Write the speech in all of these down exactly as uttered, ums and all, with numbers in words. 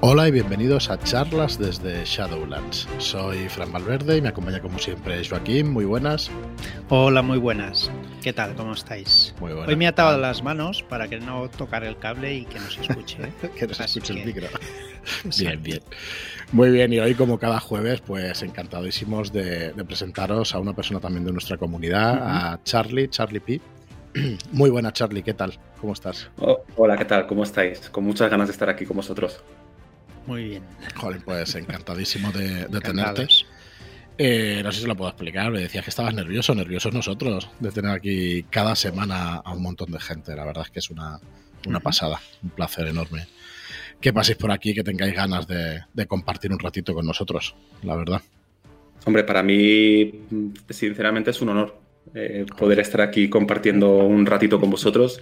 Hola y bienvenidos a charlas desde Shadowlands. Soy Fran Valverde y me acompaña como siempre Joaquín. Muy buenas. Hola, muy buenas. ¿Qué tal? ¿Cómo estáis? Muy buenas. Hoy me he atado las manos para que no tocar el cable y que no se escuche. ¿eh? que no se Así escuche que... el micro. Bien, bien. Muy bien, y hoy como cada jueves, pues encantadísimos de, de presentaros a una persona también de nuestra comunidad, uh-huh. a Charlie, Charlie P. Muy buena, Charlie, ¿qué tal? ¿Cómo estás? Oh, hola, ¿qué tal? ¿Cómo estáis? Con muchas ganas de estar aquí con vosotros. Muy bien. Joder, pues encantadísimo de, de tenerte. Eh, no sé si lo puedo explicar, me decías que estabas nervioso, nerviosos nosotros, de tener aquí cada semana a un montón de gente. La verdad es que es una, una uh-huh. pasada, un placer enorme que paséis por aquí, que tengáis ganas de, de compartir un ratito con nosotros, la verdad. Hombre, para mí, sinceramente, es un honor eh, poder estar aquí compartiendo un ratito con vosotros.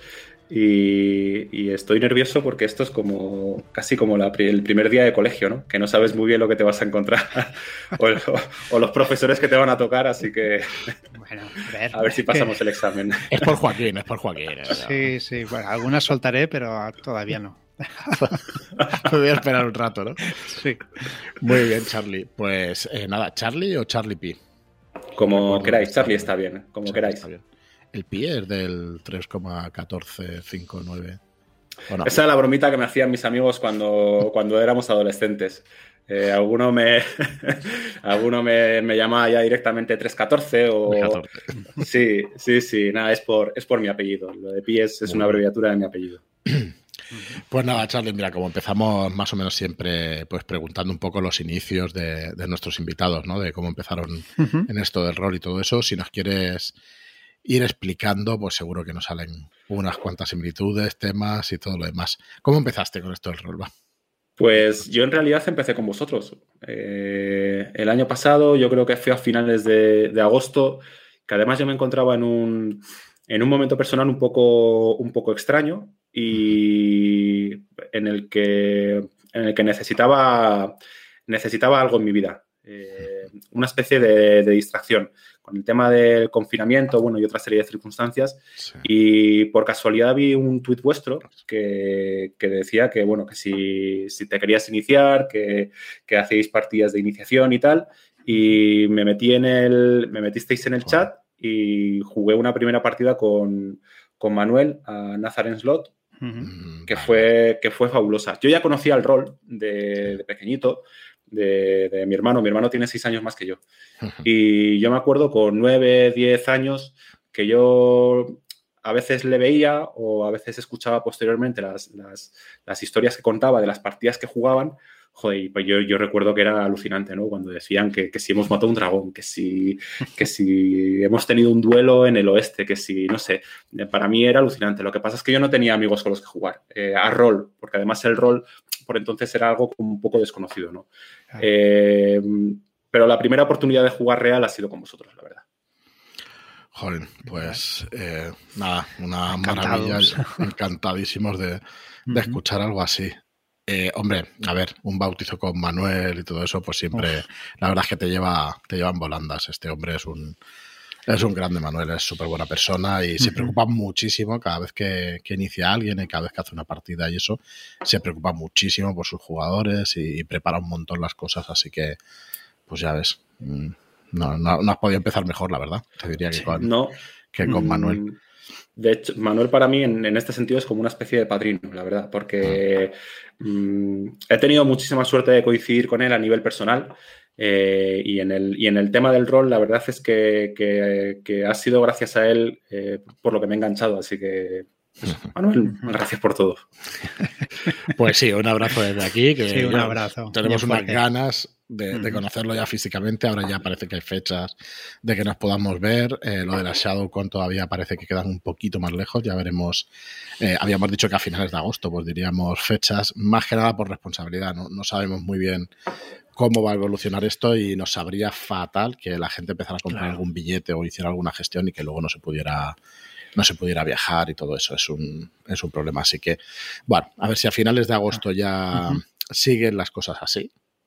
Y, y estoy nervioso porque esto es como casi como la, el primer día de colegio, ¿no? Que no sabes muy bien lo que te vas a encontrar o, o los profesores que te van a tocar, así que bueno, a ver, a ver si pasamos el examen. Es por Joaquín, es por Joaquín. ¿eh? Sí, sí, bueno, algunas soltaré, pero todavía no. Me voy a esperar un rato, ¿no? Sí. Muy bien, Charlie. Pues eh, nada, ¿Charlie o Charlie P? Como queráis, Charlie está bien, como Charlie queráis. Está bien. El Pi es del tres coma catorce cincuenta y nueve. No? Esa es la bromita que me hacían mis amigos cuando, cuando éramos adolescentes. Eh, alguno me alguno me, me llamaba ya directamente tres catorce o... catorce. Sí, sí, sí. Nada, es por, es por mi apellido. Lo de Pi es, es una abreviatura de mi apellido. Pues nada, Charlie, mira, como empezamos más o menos siempre pues preguntando un poco los inicios de, de nuestros invitados, ¿no? De cómo empezaron uh-huh. en esto del rol y todo eso. Si nos quieres ir explicando, pues seguro que nos salen unas cuantas similitudes, temas y todo lo demás. ¿Cómo empezaste con esto del rol? Va? Pues yo en realidad empecé con vosotros. Eh, el año pasado, yo creo que fue a finales de, de agosto, que además yo me encontraba en un, en un momento personal un poco, un poco extraño y en el que, en el que necesitaba, necesitaba algo en mi vida. Eh, una especie de, de distracción con el tema del confinamiento, bueno, y otra serie de circunstancias. Sí. Y por casualidad vi un tuit vuestro que, que decía que, bueno, que si, si te querías iniciar, que, que hacéis partidas de iniciación y tal. Y me metí en el, me metisteis en el chat y jugué una primera partida con, con Manuel a Nazaren Slot, uh-huh. que, fue, que fue fabulosa. Yo ya conocía el rol de, de pequeñito, De, de mi hermano. Mi hermano tiene seis años más que yo. Y yo me acuerdo con nueve, diez años que yo a veces le veía o a veces escuchaba posteriormente las, las, las historias que contaba de las partidas que jugaban. Joder, pues yo, yo recuerdo que era alucinante, ¿no? Cuando decían que, que si hemos matado un dragón, que si, que si hemos tenido un duelo en el oeste, que si, no sé, para mí era alucinante. Lo que pasa es que yo no tenía amigos con los que jugar, eh, a rol, porque además el rol por entonces era algo un poco desconocido, ¿no? Ah. Eh, pero la primera oportunidad de jugar real ha sido con vosotros, la verdad. Joder, pues eh, nada, una maravilla, encantadísimos de, de uh-huh. escuchar algo así. Eh, hombre, a ver, un bautizo con Manuel y todo eso, pues siempre, Uf. la verdad es que te lleva, te llevan volandas. Este hombre es un, es un grande, Manuel, es súper buena persona y uh-huh. se preocupa muchísimo cada vez que, que inicia a alguien y cada vez que hace una partida y eso, se preocupa muchísimo por sus jugadores y, y prepara un montón las cosas, así que, pues ya ves, no, no, no has podido empezar mejor, la verdad, te diría que con, no. que con Manuel. De hecho, Manuel para mí en, en este sentido es como una especie de padrino, la verdad, porque mm, he tenido muchísima suerte de coincidir con él a nivel personal eh, y, en el, y en el tema del rol la verdad es que, que, que ha sido gracias a él eh, por lo que me he enganchado, así que pues, Manuel, gracias por todo. Pues sí, un abrazo desde aquí, que sí, un abrazo. Tenemos unas ganas de, de conocerlo ya físicamente. Ahora ya parece que hay fechas de que nos podamos ver. Eh, lo de la ShadowCon todavía parece que quedan un poquito más lejos. Ya veremos. Eh, habíamos dicho que a finales de agosto, pues diríamos fechas, más que nada por responsabilidad. No, no sabemos muy bien cómo va a evolucionar esto y nos sabría fatal que la gente empezara a comprar claro. algún billete o hiciera alguna gestión y que luego no se pudiera... no se pudiera viajar y todo eso es un, es un problema. Así que, bueno, a ver si a finales de agosto ya uh-huh. siguen las cosas así,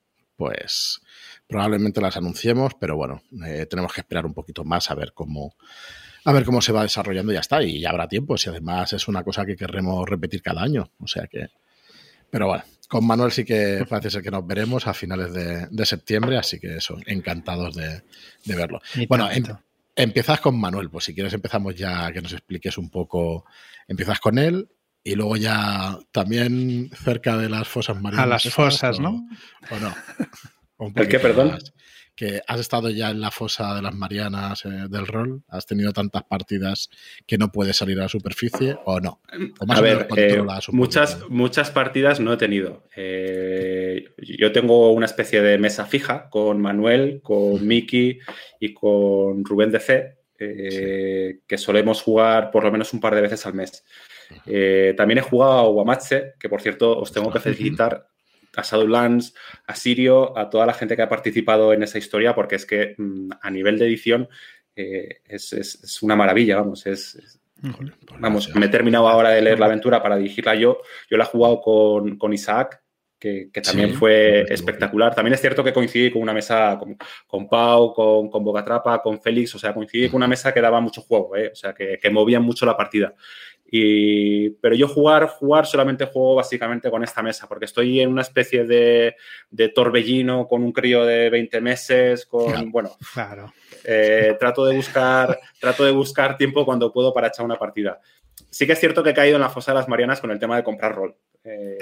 pues probablemente las anunciemos, pero bueno, eh, tenemos que esperar un poquito más a ver cómo a ver cómo se va desarrollando y ya está, y ya habrá tiempo, si además es una cosa que querremos repetir cada año, o sea que... Pero bueno, con Manuel sí que parece ser que nos veremos a finales de, de septiembre, así que eso, encantados de, de verlo. Y bueno, em, tanto. empiezas con Manuel, pues si quieres empezamos ya, que nos expliques un poco, empiezas con él y luego ya también cerca de las fosas marianas. A las estas, fosas, o, ¿no? ¿O no? Un ¿El qué, perdón? Más. Que has estado ya en la fosa de las Marianas eh, del rol, has tenido tantas partidas que no puedes salir a la superficie o no. O más a o ver, eh, muchas, poquito. muchas partidas no he tenido. Eh, yo tengo una especie de mesa fija con Manuel, con Miki y con Rubén D C, eh, sí. que solemos jugar por lo menos un par de veces al mes. Eh, también he jugado a Guamache, que por cierto os tengo que felicitar. A Shadowlands, a Sirio, a toda la gente que ha participado en esa historia, porque es que mmm, a nivel de edición eh, es, es, es una maravilla, vamos, es, es vamos, me he terminado ahora de leer la aventura para dirigirla yo, yo la he jugado con, con Isaac, que, que también sí, fue espectacular. También es cierto que coincidí con una mesa con, con Pau, con, con Bocatrapa, con Félix, o sea, coincidí con una mesa que daba mucho juego, ¿eh? O sea, que, que movían mucho la partida. Y, pero yo jugar, jugar solamente juego básicamente con esta mesa, porque estoy en una especie de, de torbellino con un crío de veinte meses, con, claro, bueno, claro. Eh, trato de buscar, trato de buscar tiempo cuando puedo para echar una partida. Sí que es cierto que he caído en la fosa de las Marianas con el tema de comprar rol. Eh,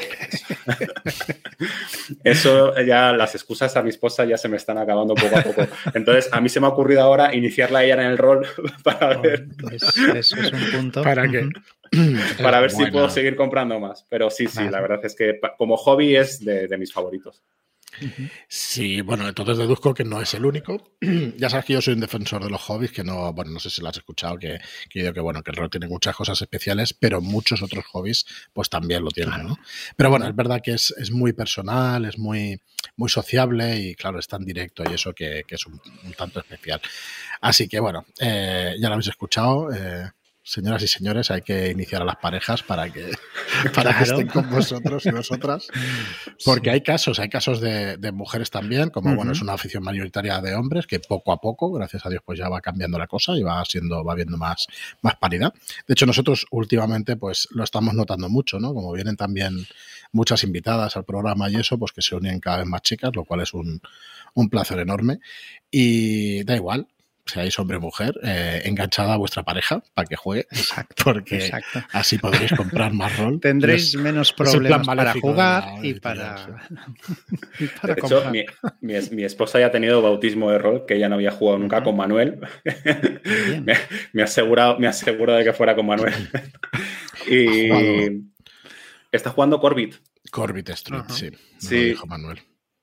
eso ya, las excusas a mi esposa ya se me están acabando poco a poco. Entonces, a mí se me ha ocurrido ahora iniciarla a ella en el rol para ver. Es, eso es un punto. ¿Para qué? Para ver si puedo seguir comprando más. Pero sí, sí, claro. La verdad es que como hobby es de, de mis favoritos. Sí, bueno, entonces deduzco que no es el único. Ya sabes que yo soy un defensor de los hobbies, que no, bueno, no sé si lo has escuchado, que, que digo que bueno, que el rol tiene muchas cosas especiales, pero muchos otros hobbies pues también lo tienen, claro, ¿no? Pero bueno, es verdad que es, es muy personal, es muy, muy sociable y claro, es tan directo y eso que, que es un, un tanto especial. Así que bueno, eh, ya lo habéis escuchado. Eh, Señoras y señores, hay que iniciar a las parejas para que, para claro. que estén con vosotros y vosotras. Porque sí. hay casos, hay casos de, de mujeres también, como uh-huh. bueno, es una afición mayoritaria de hombres, que poco a poco, gracias a Dios, pues ya va cambiando la cosa y va siendo, va habiendo más, más paridad. De hecho, nosotros últimamente, pues lo estamos notando mucho, ¿no? Como vienen también muchas invitadas al programa y eso, pues que se unen cada vez más chicas, lo cual es un, un placer enorme. Y da igual. Seáis hombre o mujer, eh, enganchada a vuestra pareja para que juegue, exacto, porque exacto. así podréis comprar más rol. Tendréis es, menos problemas para jugar y para, y para de comprar. Hecho, mi, mi, mi esposa ya ha tenido bautismo de rol, que ella no había jugado nunca uh-huh. con Manuel. me, me, ha asegurado, me ha asegurado de que fuera con Manuel. Y está jugando Corbit. Corbit Street, uh-huh. sí. Me sí. Lo dijo Manuel.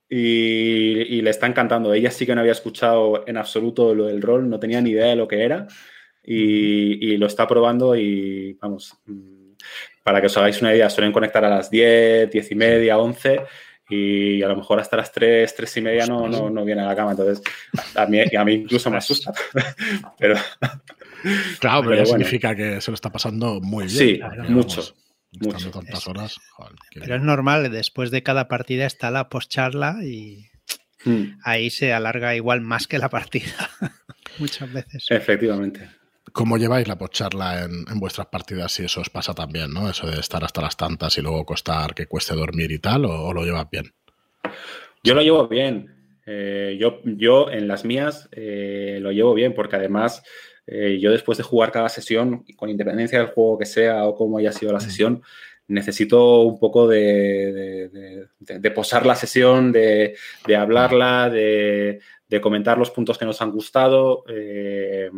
Y, y le está encantando. Ella sí que no había escuchado en absoluto lo del rol, no tenía ni idea de lo que era y, y lo está probando y vamos, para que os hagáis una idea, suelen conectar a las diez, diez y media, once y a lo mejor hasta las tres, tres y media no, no, no viene a la cama. Entonces, a mí, a mí incluso me asusta. pero, claro, pero, pero ya bueno. Significa que se lo está pasando muy bien. Sí, claro, mucho. Vamos. Mucho. Tantas horas, joder, pero es normal, después de cada partida está la postcharla y mm. ahí se alarga igual más que la partida muchas veces. Efectivamente. ¿Cómo lleváis la postcharla en, en vuestras partidas si eso os pasa también, ¿no? Eso de estar hasta las tantas y luego costar que cueste dormir y tal, o, o lo llevas bien? Yo lo llevo bien. Eh, yo, yo en las mías eh, lo llevo bien porque además Eh, yo después de jugar cada sesión, con independencia del juego que sea o cómo haya sido la sesión, necesito un poco de, de, de, de, de posar la sesión, de, de hablarla, de, de comentar los puntos que nos han gustado. Eh,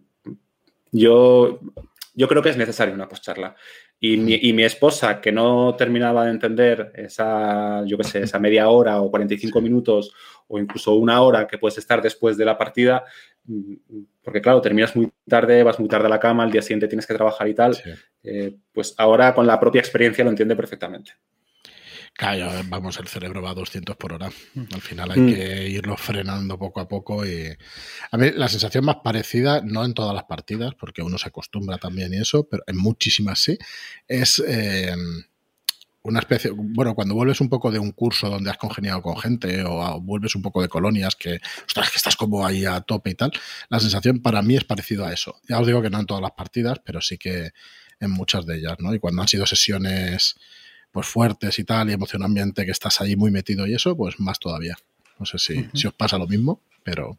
yo, yo creo que es necesario una postcharla. Y mi, y mi esposa, que no terminaba de entender esa, yo qué sé, esa media hora o cuarenta y cinco minutos o incluso una hora que puedes estar después de la partida, porque claro, terminas muy tarde, vas muy tarde a la cama, al día siguiente tienes que trabajar y tal, sí. eh, pues ahora con la propia experiencia lo entiende perfectamente. Claro, vamos, el cerebro va a doscientos por hora. Al final hay mm. que irlo frenando poco a poco y... A mí la sensación más parecida, no en todas las partidas, porque uno se acostumbra también y eso, pero en muchísimas sí, es eh, una especie... Bueno, cuando vuelves un poco de un curso donde has congeniado con gente o, o vuelves un poco de colonias que, ostras, que estás como ahí a tope y tal, la sensación para mí es parecido a eso. Ya os digo que no en todas las partidas, pero sí que en muchas de ellas, ¿no? Y cuando han sido sesiones... pues fuertes y tal, y emocionalmente que estás ahí muy metido y eso, pues más todavía. No sé si, uh-huh. si os pasa lo mismo, pero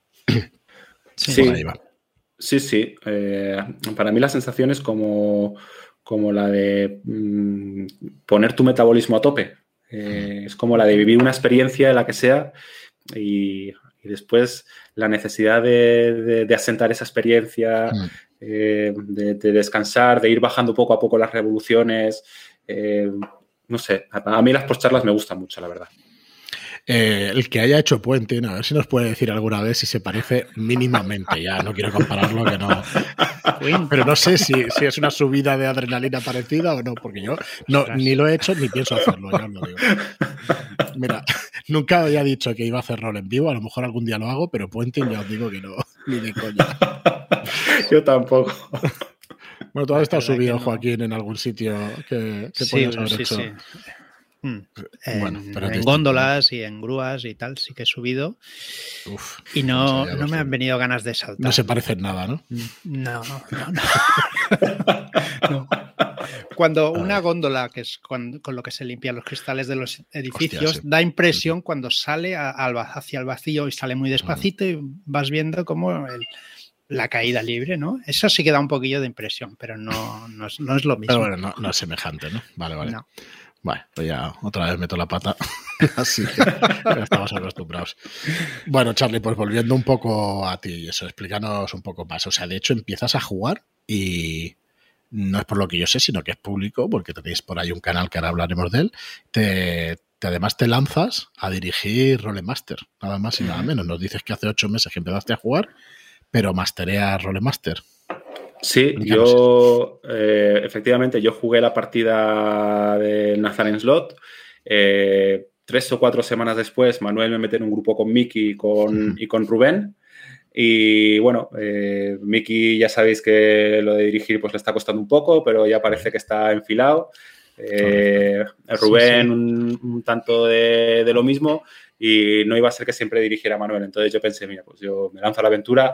sí, por ahí va. Sí, sí. Eh, para mí la sensación es como, como la de mmm, poner tu metabolismo a tope. Eh, es como la de vivir una experiencia de la que sea y, y después la necesidad de, de, de asentar esa experiencia, mm. eh, de, de descansar, de ir bajando poco a poco las revoluciones. Eh, no sé, a, a mí las postcharlas me gustan mucho, la verdad. Eh, el que haya hecho Puente, a ver si nos puede decir alguna vez si se parece mínimamente. Ya no quiero compararlo, que no. Pero no sé si, si es una subida de adrenalina parecida o no, porque yo no, ni lo he hecho ni pienso hacerlo, ya os lo digo. Mira, nunca había dicho que iba a hacer rol en vivo, a lo mejor algún día lo hago, pero Puente ya os digo que no, ni de coña. Yo tampoco. Bueno, tú has estado subido, no. Joaquín, en algún sitio que, que sí, podías haber sí, hecho. Sí. Mm. En, bueno, pero en góndolas y en grúas y tal, sí que he subido. Uf, y no, no me han venido ganas de saltar. No se parece en nada, ¿no? No, no, no. no. Cuando una góndola, que es con, con lo que se limpian los cristales de los edificios, Hostia, sí. da impresión uh-huh. cuando sale a, a, hacia el vacío y sale muy despacito uh-huh. y vas viendo como el, la caída libre, ¿no? Eso sí que da un poquillo de impresión, pero no, no, es, no es lo mismo. Pero bueno, no, no es semejante, ¿no? Vale, vale. No. Bueno, pues ya otra vez meto la pata. Así que ya estamos acostumbrados. Bueno, Charlie, pues volviendo un poco a ti y eso, explícanos un poco más. O sea, de hecho empiezas a jugar y no es por lo que yo sé, sino que es público, porque tenéis por ahí un canal que ahora hablaremos de él. Te, te además te lanzas a dirigir Rolemaster, nada más y nada menos. Nos dices que hace ocho meses que empezaste a jugar, pero mastereas Rolemaster. Sí, yo eh, efectivamente yo jugué la partida de Nazaren Slot. Eh, tres o cuatro semanas después, Manuel me metió en un grupo con Miki y con, y con Rubén. Y bueno, eh, Miki ya sabéis que lo de dirigir pues le está costando un poco, pero ya parece que está enfilado. Eh, Rubén sí, sí. Un, un tanto de, de lo mismo. Y no iba a ser que siempre dirigiera Manuel. Entonces yo pensé, mira, pues yo me lanzo a la aventura.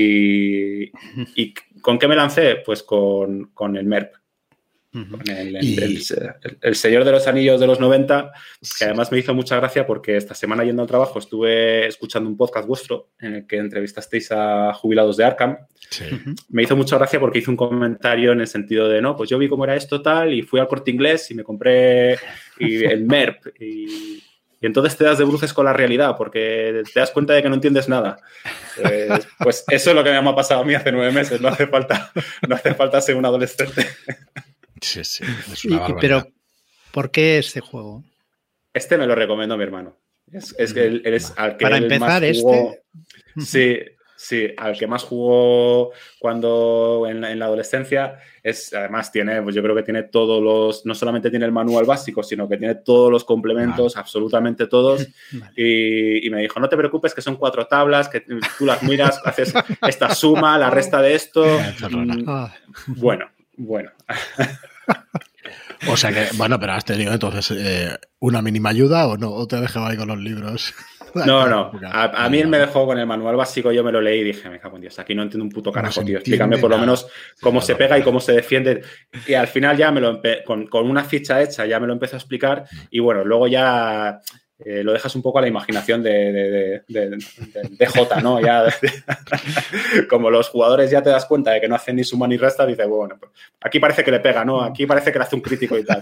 ¿Y, y con qué me lancé? Pues con, con el MERP. Uh-huh. Con el, el, y... el, el, el Señor de los Anillos de los noventa, que además me hizo mucha gracia porque esta semana yendo al trabajo estuve escuchando un podcast vuestro en el que entrevistasteis a jubilados de Arkham. Sí. Uh-huh. Me hizo mucha gracia porque hizo un comentario en el sentido de, no, pues yo vi cómo era esto tal y fui al Corte Inglés y me compré y el MERP y... Y entonces te das de bruces con la realidad porque te das cuenta de que no entiendes nada. Pues, pues eso es lo que me ha pasado a mí hace nueve meses. No hace falta, no hace falta ser un adolescente. Sí, sí. Es una barbaridad. Pero, ¿por qué este juego? Este me lo recomendó mi hermano. Es, es que él, él es al que Para él empezar, más jugó. este... Sí, sí, al que más jugó cuando en la, en la adolescencia. Es, además tiene, pues yo creo que tiene todos los, no solamente tiene el manual básico, sino que tiene todos los complementos, vale. absolutamente todos. Vale. Y, y me dijo, no te preocupes, que son cuatro tablas, que tú las miras, haces esta suma, la resta de esto. Mm, bueno, bueno. O sea que, bueno, pero has tenido entonces eh, una mínima ayuda o no, o te dejaba ahí con los libros. No, no. A, a mí él me dejó con el manual básico, yo me lo leí y dije, me cago en Dios, aquí no entiendo un puto carajo, tío. Explícame por lo menos cómo se pega y cómo se defiende. Y al final ya me lo empe- con, con una ficha hecha ya me lo empezó a explicar y bueno, luego ya eh, lo dejas un poco a la imaginación de, de, de, de, de, de J, ¿no? Ya de, de, como los jugadores ya te das cuenta de que no hacen ni suma ni resta, dices, bueno, pues aquí parece que le pega, ¿no? Aquí parece que le hace un crítico y tal.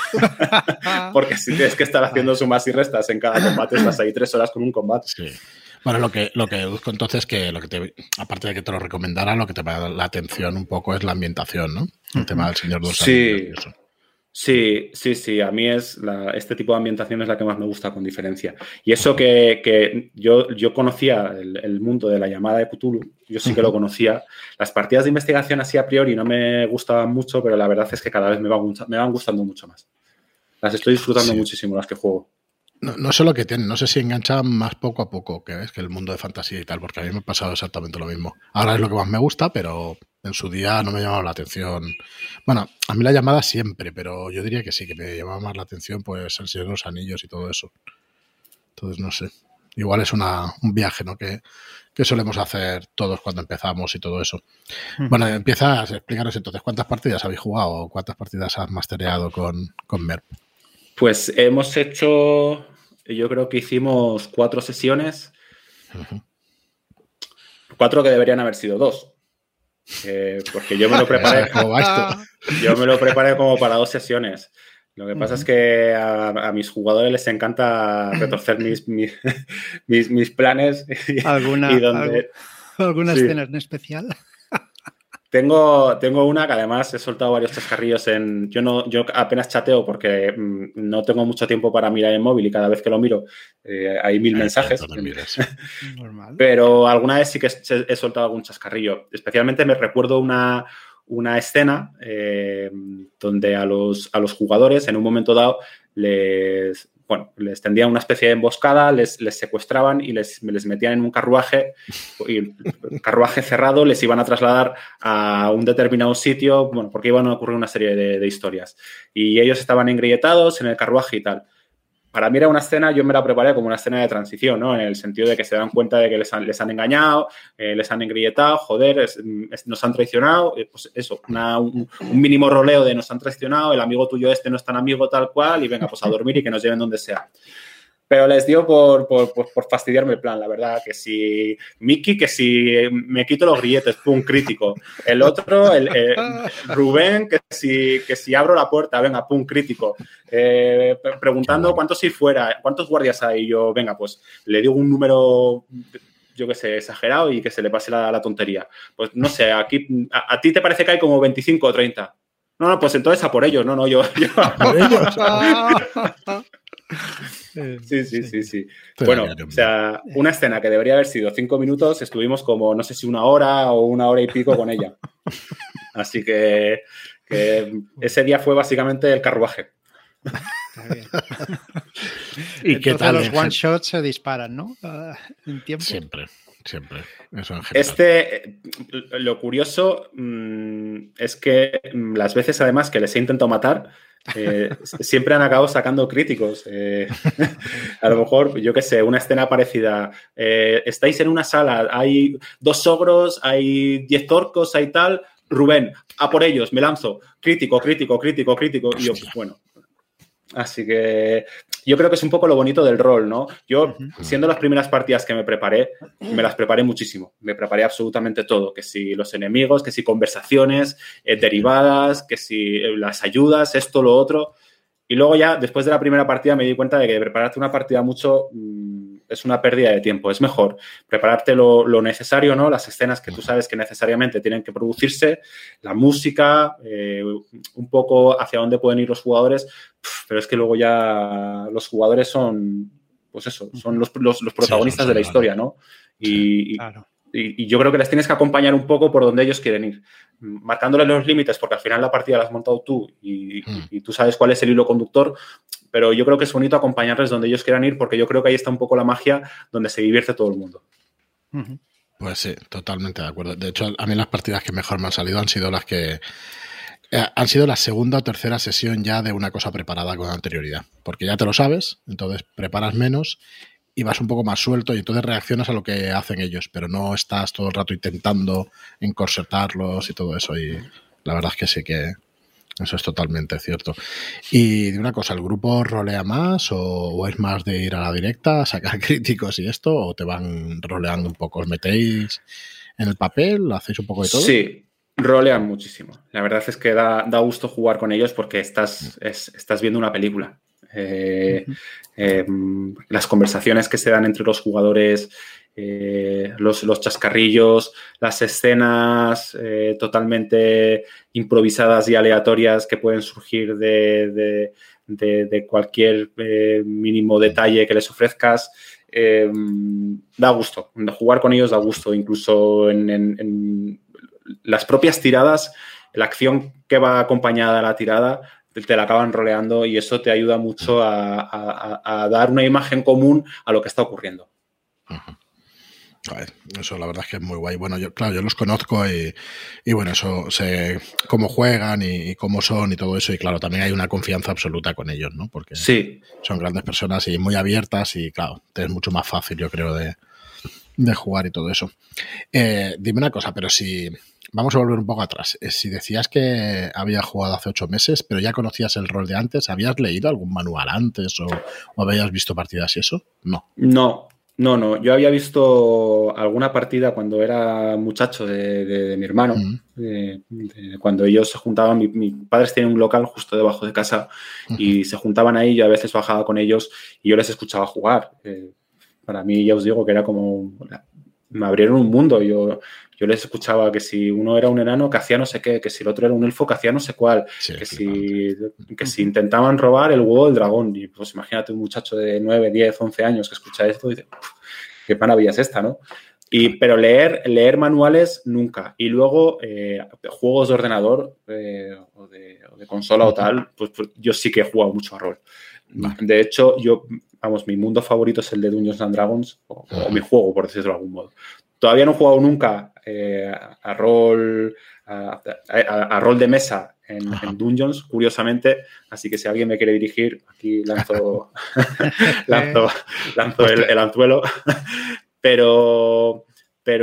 Porque si tienes que estar haciendo sumas y restas en cada combate, estás ahí tres horas con un combate. Sí. Bueno, lo que, lo que deduzco entonces que lo que te, aparte de que te lo recomendara, lo que te va la atención un poco es la ambientación, ¿no? El uh-huh. tema del Señor de los sí. Anillos y eso. Sí, sí, sí. A mí es la, este tipo de ambientación es la que más me gusta con diferencia. Y eso que, que yo, yo conocía el, el mundo de la llamada de Cthulhu, yo sí que lo conocía. Las partidas de investigación así a priori no me gustaban mucho, pero la verdad es que cada vez me van, me van gustando mucho más. Las estoy disfrutando sí. muchísimo, las que juego. No, no sé lo que tienen, no sé si enganchan más poco a poco que es que el mundo de fantasía y tal, porque a mí me ha pasado exactamente lo mismo. Ahora es lo que más me gusta, pero en su día no me llamaba la atención. Bueno, a mí la llamada siempre, pero yo diría que sí, que me llamaba más la atención pues El Señor de los Anillos y todo eso. Entonces, no sé. igual es una, un viaje, ¿no? Que, que solemos hacer todos cuando empezamos y todo eso. Uh-huh. Bueno, empiezas a explicaros entonces cuántas partidas habéis jugado o cuántas partidas has mastereado con, con Merp. Pues hemos hecho, yo creo que hicimos cuatro sesiones, uh-huh. cuatro que deberían haber sido dos. Eh, porque yo me lo preparé yo me lo preparé como para dos sesiones. Lo que pasa uh-huh. es que a, a mis jugadores les encanta retorcer mis, mis, mis, mis planes. ¿Alguna, y donde, algo, ¿alguna sí. escena en especial? Tengo, tengo una que además he soltado varios chascarrillos en... Yo no, yo apenas chateo porque mmm, no tengo mucho tiempo para mirar el móvil y cada vez que lo miro eh, hay mil mensajes. Normal. Pero alguna vez sí que he, he soltado algún chascarrillo. Especialmente me recuerdo una, una escena eh, donde a los, a los jugadores en un momento dado les... Bueno, les tendían una especie de emboscada, les, les secuestraban y les, les metían en un carruaje y el carruaje cerrado les iban a trasladar a un determinado sitio, bueno, porque iban a ocurrir una serie de, de historias. Y ellos estaban engrietados en el carruaje y tal. Para mí era una escena, yo me la preparé como una escena de transición, ¿no? En el sentido de que se dan cuenta de que les han, les han engañado, eh, les han engrilletado, joder, es, es, nos han traicionado, eh, pues eso, una, un, un mínimo roleo de nos han traicionado, el amigo tuyo este no es tan amigo tal cual y venga, pues a dormir y que nos lleven donde sea. Pero les dio por, por, por, por fastidiarme el plan, la verdad, que si Miki, que si me quito los grilletes, pum, crítico. El otro, el, eh, Rubén, que si, que si abro la puerta, venga, pum, crítico. Eh, preguntando cuántos ir fuera, cuántos guardias hay. Yo, venga, pues le digo un número, yo qué sé, exagerado y que se le pase la, la tontería. Pues no sé, aquí, a, a ti te parece que hay como veinticinco o treinta. No, no, pues entonces a por ellos, no, no, yo... yo... ¿Por ellos? Sí, sí, sí, sí. Bueno, o sea, una escena que debería haber sido cinco minutos, estuvimos como, no sé si una hora o una hora y pico con ella. Así que, que ese día fue básicamente el carruaje. Está bien. ¿Y qué tal? Los one shots se disparan, ¿no? En tiempo. Siempre, siempre. Eso en general. Este, lo curioso mmm, es que mmm, las veces además que les he intentado matar, Eh, siempre han acabado sacando críticos. Eh, a lo mejor, yo qué sé, una escena parecida. Eh, estáis en una sala, hay dos ogros, hay diez orcos, hay tal. Rubén, a por ellos, me lanzo. Crítico, crítico, crítico, crítico. Y yo, pues, bueno. Así que yo creo que es un poco lo bonito del rol, ¿no? Yo, siendo las primeras partidas que me preparé, me las preparé muchísimo. Me preparé absolutamente todo. Que si los enemigos, que si conversaciones eh, derivadas, que si eh, las ayudas, esto, lo otro. Y luego ya, después de la primera partida, me di cuenta de que prepararte una partida mucho mmm, es una pérdida de tiempo. Es mejor prepararte lo, lo necesario, ¿no? Las escenas que tú sabes que necesariamente tienen que producirse, la música, eh, un poco hacia dónde pueden ir los jugadores. Pero es que luego ya los jugadores son, pues eso, son los, los, los protagonistas sí, de la historia, ¿no? Y, sí, claro. y, y yo creo que les tienes que acompañar un poco por donde ellos quieren ir, marcándoles los límites, porque al final la partida la has montado tú y, mm. y, y tú sabes cuál es el hilo conductor, pero yo creo que es bonito acompañarles donde ellos quieran ir, porque yo creo que ahí está un poco la magia donde se divierte todo el mundo. Uh-huh. Pues sí, totalmente de acuerdo. De hecho, a mí las partidas que mejor me han salido han sido las que eh, han sido la segunda o tercera sesión ya de una cosa preparada con anterioridad, porque ya te lo sabes, entonces preparas menos y vas un poco más suelto y entonces reaccionas a lo que hacen ellos, pero no estás todo el rato intentando encorsetarlos y todo eso. Y la verdad es que sí que eso es totalmente cierto. Y de una cosa, ¿el grupo rolea más o, o es más de ir a la directa, sacar críticos y esto, o te van roleando un poco? ¿Os metéis en el papel? ¿Hacéis un poco de todo? Sí, rolean muchísimo. La verdad es que da, da gusto jugar con ellos porque estás, es, estás viendo una película. Eh, eh, las conversaciones que se dan entre los jugadores, eh, los, los chascarrillos, las escenas eh, totalmente improvisadas y aleatorias que pueden surgir de, de, de, de cualquier eh, mínimo detalle que les ofrezcas. Eh, da gusto. Jugar con ellos da gusto. Incluso en, en, en las propias tiradas, la acción que va acompañada a la tirada te la acaban roleando y eso te ayuda mucho a, a, a dar una imagen común a lo que está ocurriendo. Uh-huh. Joder, eso la verdad es que es muy guay. Bueno, yo, claro, yo los conozco y, y bueno, eso, sé cómo juegan y, y cómo son y todo eso. Y claro, también hay una confianza absoluta con ellos, ¿no? Porque sí. son grandes personas y muy abiertas y claro, te es mucho más fácil, yo creo, de, de jugar y todo eso. Eh, dime una cosa, pero si... Vamos a volver un poco atrás. Si decías que habías jugado hace ocho meses, pero ya conocías el rol de antes, ¿habías leído algún manual antes o, o habías visto partidas y eso? No. No, no, no. Yo había visto alguna partida cuando era muchacho de, de, de mi hermano. Mm. De, de, cuando ellos se juntaban, mi, mis padres tienen un local justo debajo de casa uh-huh. y se juntaban ahí. Yo a veces bajaba con ellos y yo les escuchaba jugar. Eh, para mí, ya os digo que era como... Me abrieron un mundo. Yo... Yo les escuchaba que si uno era un enano que hacía no sé qué, que si el otro era un elfo que hacía no sé cuál, sí, que, si, que si intentaban robar el huevo del dragón. Y pues imagínate un muchacho de nueve, diez, once años que escucha esto y dice, qué maravilla es esta, ¿no? Y, pero leer, leer manuales nunca. Y luego eh, juegos de ordenador eh, o, de, o de consola o tal, pues, pues yo sí que he jugado mucho a rol. Vale. De hecho, yo, vamos, mi mundo favorito es el de Dungeons and Dragons, o, o mi juego, por decirlo de algún modo. Todavía no he jugado nunca eh, a rol a, a, a rol de mesa en, en Dungeons, curiosamente, así que si alguien me quiere dirigir, aquí lanzo, lanzo, lanzo el, el anzuelo, pero,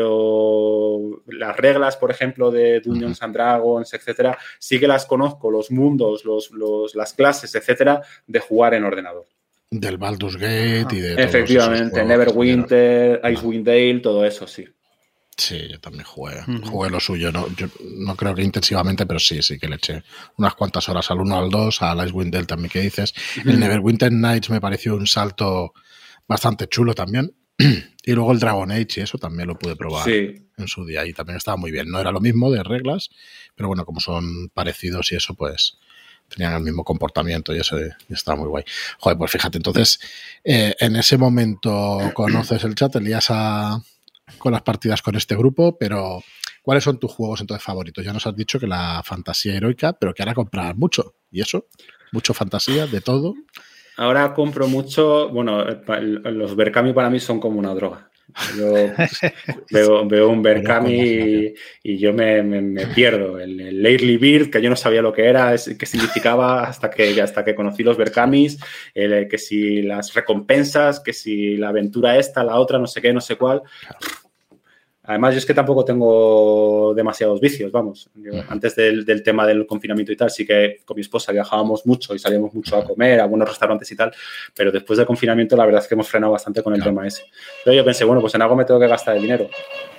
pero las reglas, por ejemplo, de Dungeons and Dragons, etcétera, sí que las conozco, los mundos, los, los, las clases, etcétera, de jugar en ordenador. Del Baldur's Gate y de... Efectivamente, Neverwinter, Icewind Dale, todo eso, sí. Sí, yo también jugué. Uh-huh. Jugué lo suyo. No, yo no creo que intensivamente, pero sí, sí que le eché unas cuantas horas al uno, al dos, al Icewind Dale también que dices. Uh-huh. El Neverwinter Nights me pareció un salto bastante chulo también. Y luego el Dragon Age y eso también lo pude probar sí. en su día y también estaba muy bien. No era lo mismo de reglas, pero bueno, como son parecidos y eso, pues... tenían el mismo comportamiento y eso y estaba muy guay. Joder, pues fíjate, entonces, eh, en ese momento conoces el chat, te lías a, con las partidas con este grupo, pero ¿cuáles son tus juegos entonces favoritos? Ya nos has dicho que la fantasía heroica, pero que ahora compras mucho. ¿Y eso? ¿Mucho fantasía? ¿De todo? Ahora compro mucho, bueno, los Berkami para mí son como una droga. Yo veo, veo un Berkami y, y yo me, me, me pierdo. El, el Lately Bird, que yo no sabía lo que era, qué significaba hasta que, hasta que conocí los Berkamis, el, que si las recompensas, que si la aventura esta, la otra, no sé qué, no sé cuál. Además, yo es que tampoco tengo demasiados vicios, vamos. Yo, uh-huh. Antes del, del tema del confinamiento y tal, sí que con mi esposa viajábamos mucho y salíamos mucho a comer a buenos restaurantes y tal, pero después del confinamiento la verdad es que hemos frenado bastante con el claro. tema ese. Pero yo pensé, bueno, pues en algo me tengo que gastar el dinero.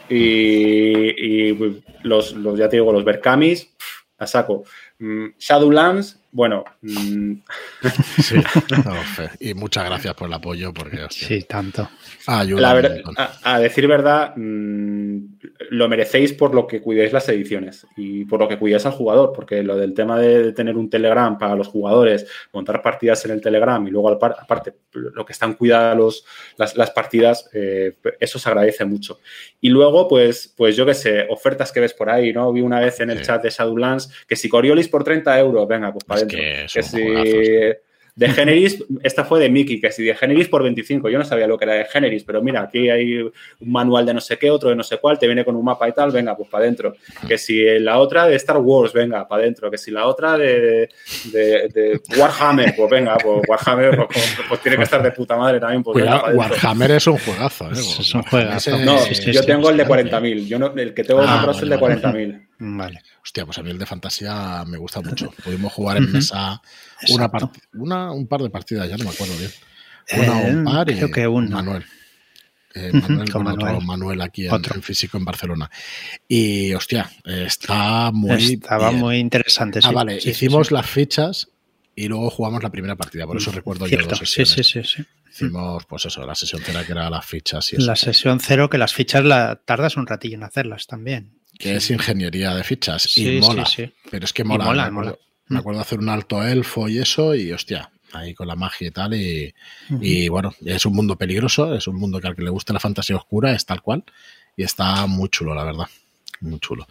Y, y los, los, ya te digo, los Berkamis, a saco. Shadowlands, bueno. Mm. Sí, no, y muchas gracias por el apoyo, porque hostia, sí, tanto. Ayuda la ver, a, a decir verdad, mmm, lo merecéis por lo que cuidéis las ediciones y por lo que cuidáis al jugador, porque lo del tema de tener un Telegram para los jugadores, montar partidas en el Telegram y luego aparte lo que están cuidadas los, las, las partidas, eh, eso se agradece mucho. Y luego, pues, pues yo qué sé, ofertas que ves por ahí, ¿no? Vi una vez en el sí. chat de Shadowlands que si Coriolis por treinta euros, venga, pues para adentro. Que, que si de Generis, esta fue de Mickey, que si de Generis por veinticinco, yo no sabía lo que era de Generis, pero mira, aquí hay un manual de no sé qué, otro de no sé cuál, te viene con un mapa y tal, venga, pues para adentro. Que si la otra de Star Wars, venga, para adentro. Que si la otra de, de, de Warhammer, pues venga, pues Warhammer, pues, pues, pues tiene que estar de puta madre también. Pues Cuidado, venga, Warhammer es un juegazo, ¿eh? Es un juegazo. No, sí, sí, yo sí, tengo sí, el de cuarenta mil, yo no, el que tengo ah, comprado vale, es el de cuarenta mil. Vale. Hostia, pues a mí el de fantasía me gusta mucho. Pudimos jugar en mesa una, part- una un par de partidas, ya no me acuerdo bien. Una o eh, un par y creo que uno. Manuel. Eh, Manuel con, con Manuel. otro Manuel aquí en, en físico en Barcelona. Y, hostia, está muy Estaba bien. muy interesante, sí. Ah, vale, sí, hicimos sí, sí. las fichas y luego jugamos la primera partida, por eso recuerdo Cierto. yo dos sesiones. Sí, sí, sí, sí. Hicimos, pues eso, la sesión cero que era las fichas y eso. La sesión cero, que las fichas la tardas un ratillo en hacerlas también. Que sí. es ingeniería de fichas sí, y mola, sí, sí. pero es que mola. Y mola, me, acuerdo, mola. me acuerdo hacer un alto elfo y eso y hostia, ahí con la magia y tal y, uh-huh. y bueno, es un mundo peligroso, es un mundo que al que le guste la fantasía oscura es tal cual y está muy chulo, la verdad, muy chulo.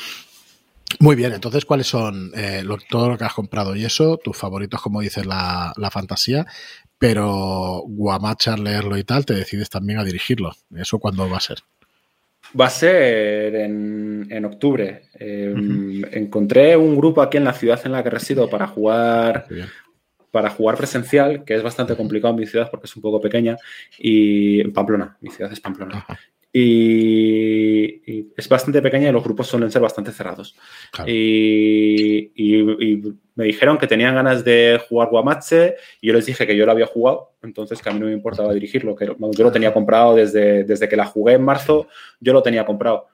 Muy bien, entonces, ¿cuáles son eh, lo, todo lo que has comprado y eso? Tus favoritos, como dices, la, la fantasía, pero guamachar, leerlo y tal, te decides también a dirigirlo. ¿Eso cuándo va a ser? Va a ser en, en octubre. Eh, uh-huh. Encontré un grupo aquí en la ciudad en la que resido para jugar, para jugar presencial, que es bastante complicado en mi ciudad porque es un poco pequeña, y en Pamplona, mi ciudad es Pamplona. Uh-huh. Y, y es bastante pequeña y los grupos suelen ser bastante cerrados. Claro. Y, y, y me dijeron que tenían ganas de jugar Guamache y yo les dije que yo lo había jugado, entonces que a mí no me importaba dirigirlo, que yo lo tenía comprado desde, desde que la jugué en marzo, yo lo tenía comprado.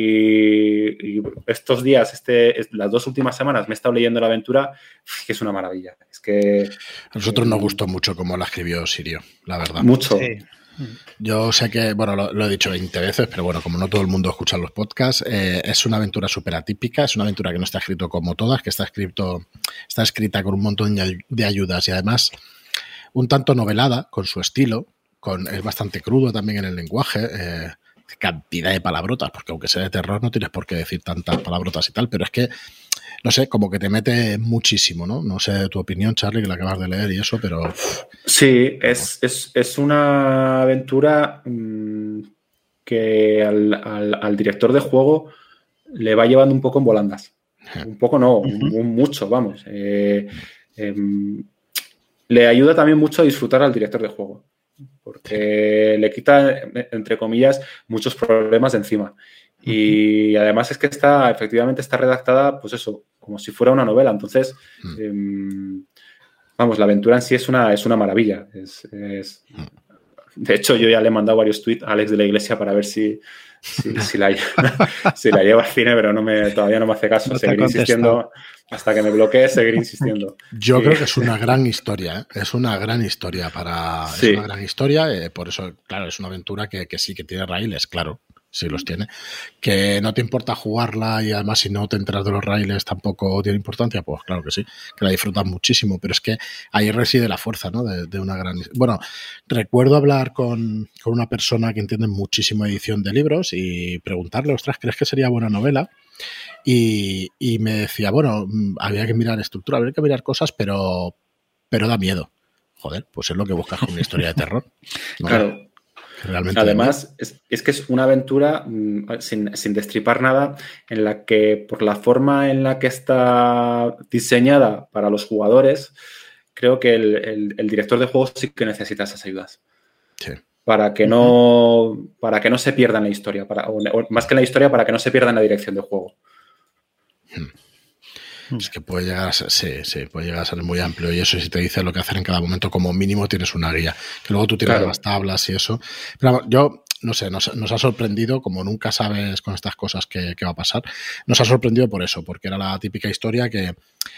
Y, y estos días, este, las dos últimas semanas, me he estado leyendo la aventura, que es una maravilla. Es que a nosotros eh, nos gustó mucho cómo la escribió Sirio, la verdad. Mucho. Sí. Yo sé que, bueno, lo, lo he dicho veinte veces, pero bueno, como no todo el mundo escucha los podcasts, eh, es una aventura súper atípica, es una aventura que no está escrito como todas, que está escrito, está escrita con un montón de ayudas y además un tanto novelada con su estilo, con, es bastante crudo también en el lenguaje, eh, cantidad de palabrotas, porque aunque sea de terror no tienes por qué decir tantas palabrotas y tal, pero es que, no sé, como que te mete muchísimo, ¿no? No sé tu opinión, Charlie, que la acabas de leer y eso, pero... Uff. Sí, es, es, es una aventura mmm, que al, al, al director de juego le va llevando un poco en volandas. Un poco no, uh-huh. un, mucho, vamos. Eh, eh, le ayuda también mucho a disfrutar al director de juego, porque le quita, entre comillas, muchos problemas de encima. Y además es que está, efectivamente está redactada, pues eso, como si fuera una novela. Entonces, mm. eh, vamos, la aventura en sí es una, es una maravilla. Es, es... De hecho, yo ya le he mandado varios tweets a Alex de la Iglesia para ver si, si, si, la, si la lleva al cine, pero no me, todavía no me hace caso. No seguir insistiendo hasta que me bloquee, seguir insistiendo. Yo y... creo que es una gran historia, ¿eh? Es una gran historia para... Sí. Es una gran historia, eh, por eso, claro, es una aventura que, que sí, que tiene raíles, claro. Sí los tiene, que no te importa jugarla y además si no te enteras de los raíles tampoco tiene importancia, pues claro que sí, que la disfrutas muchísimo, pero es que ahí reside la fuerza, ¿no? De, de una gran... Bueno, recuerdo hablar con, con una persona que entiende muchísimo edición de libros y preguntarle, ostras, ¿crees que sería buena novela? Y, y me decía, bueno, había que mirar estructura, había que mirar cosas, pero, pero da miedo. Joder, pues es lo que buscas con una historia de terror, ¿no? Claro. Realmente Además, es, es que es una aventura mmm, sin, sin destripar nada, en la que por la forma en la que está diseñada para los jugadores, creo que el, el, el director de juegos sí que necesita esas ayudas. Sí. Para que no, para que no se pierda en la historia, para, o, o más que en la historia, para que no se pierda en la dirección de juego. Hmm. Es que puede llegar a ser, sí, sí, puede llegar a ser muy amplio y eso si te dice lo que hacer en cada momento, como mínimo tienes una guía, que luego tú tienes claro. las tablas y eso. Pero yo, no sé, nos, nos ha sorprendido, como nunca sabes con estas cosas qué, qué va a pasar, nos ha sorprendido por eso, porque era la típica historia que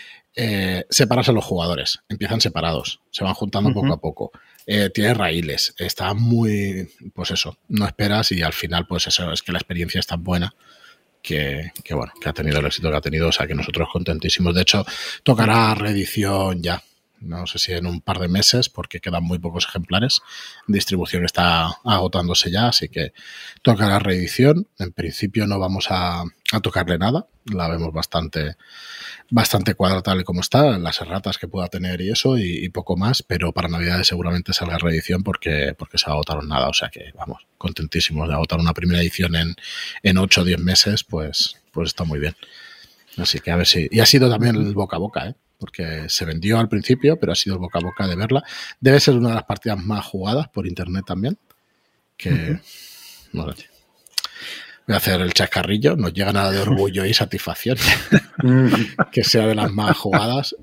eh, separas a los jugadores, empiezan separados, se van juntando uh-huh. poco a poco. Eh, tiene raíles, está muy, pues eso, no esperas y al final pues eso, es que la experiencia es tan buena. Que, que bueno, que ha tenido el éxito que ha tenido, o sea que nosotros contentísimos. De hecho, tocará reedición ya, no sé si en un par de meses, porque quedan muy pocos ejemplares. Distribución está agotándose ya, así que tocará reedición. En principio no vamos a, a tocarle nada, la vemos bastante, bastante cuadrada tal y como está, las erratas que pueda tener y eso, y, y poco más, pero para Navidades seguramente salga reedición porque, porque se agotaron nada, o sea que vamos, contentísimos de agotar una primera edición en, en ocho o diez meses, pues, pues está muy bien. Así que a ver si... Y ha sido también el boca a boca, ¿eh? Porque se vendió al principio, pero ha sido el boca a boca de verla. Debe ser una de las partidas más jugadas por internet también, que... Uh-huh. No sé. Voy a hacer el chascarrillo, nos llega nada de orgullo y satisfacción que sea de las más jugadas.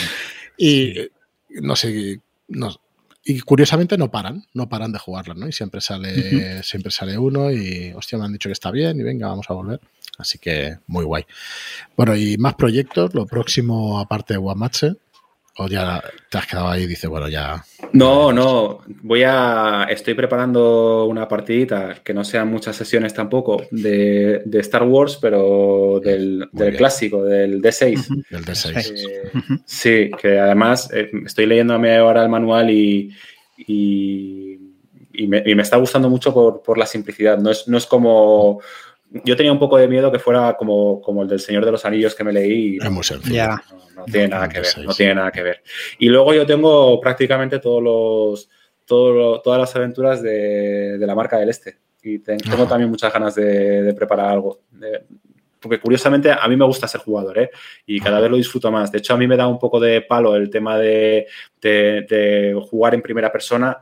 Y no sé, no, y curiosamente no paran, no paran de jugarla, ¿no? Y siempre sale, uh-huh. siempre sale uno y, hostia, me han dicho que está bien y venga, vamos a volver. Así que muy guay. Bueno, y más proyectos, lo próximo aparte de Guamache, o ya te has quedado ahí y dices, bueno, ya... No, no, voy a... Estoy preparando una partidita, que no sean muchas sesiones tampoco, de, de Star Wars, pero del, del clásico, del D seis. Uh-huh. Del D seis. Eh, uh-huh. Sí, que además eh, estoy leyéndome ahora el manual y, y, y, me, y me está gustando mucho por, por la simplicidad. No es, no es como... Yo tenía un poco de miedo que fuera como, como el del Señor de los Anillos que me leí. Es muy sencillo. Yeah. No, no tiene nada que ver, no tiene nada que ver. Y luego yo tengo prácticamente todos los, todo lo, todas las aventuras de, de la Marca del Este. y te, tengo uh-huh. también muchas ganas de, de preparar algo. De, porque curiosamente a mí me gusta ser jugador, ¿eh? Y cada uh-huh. vez lo disfruto más. De hecho, a mí me da un poco de palo el tema de, de, de jugar en primera persona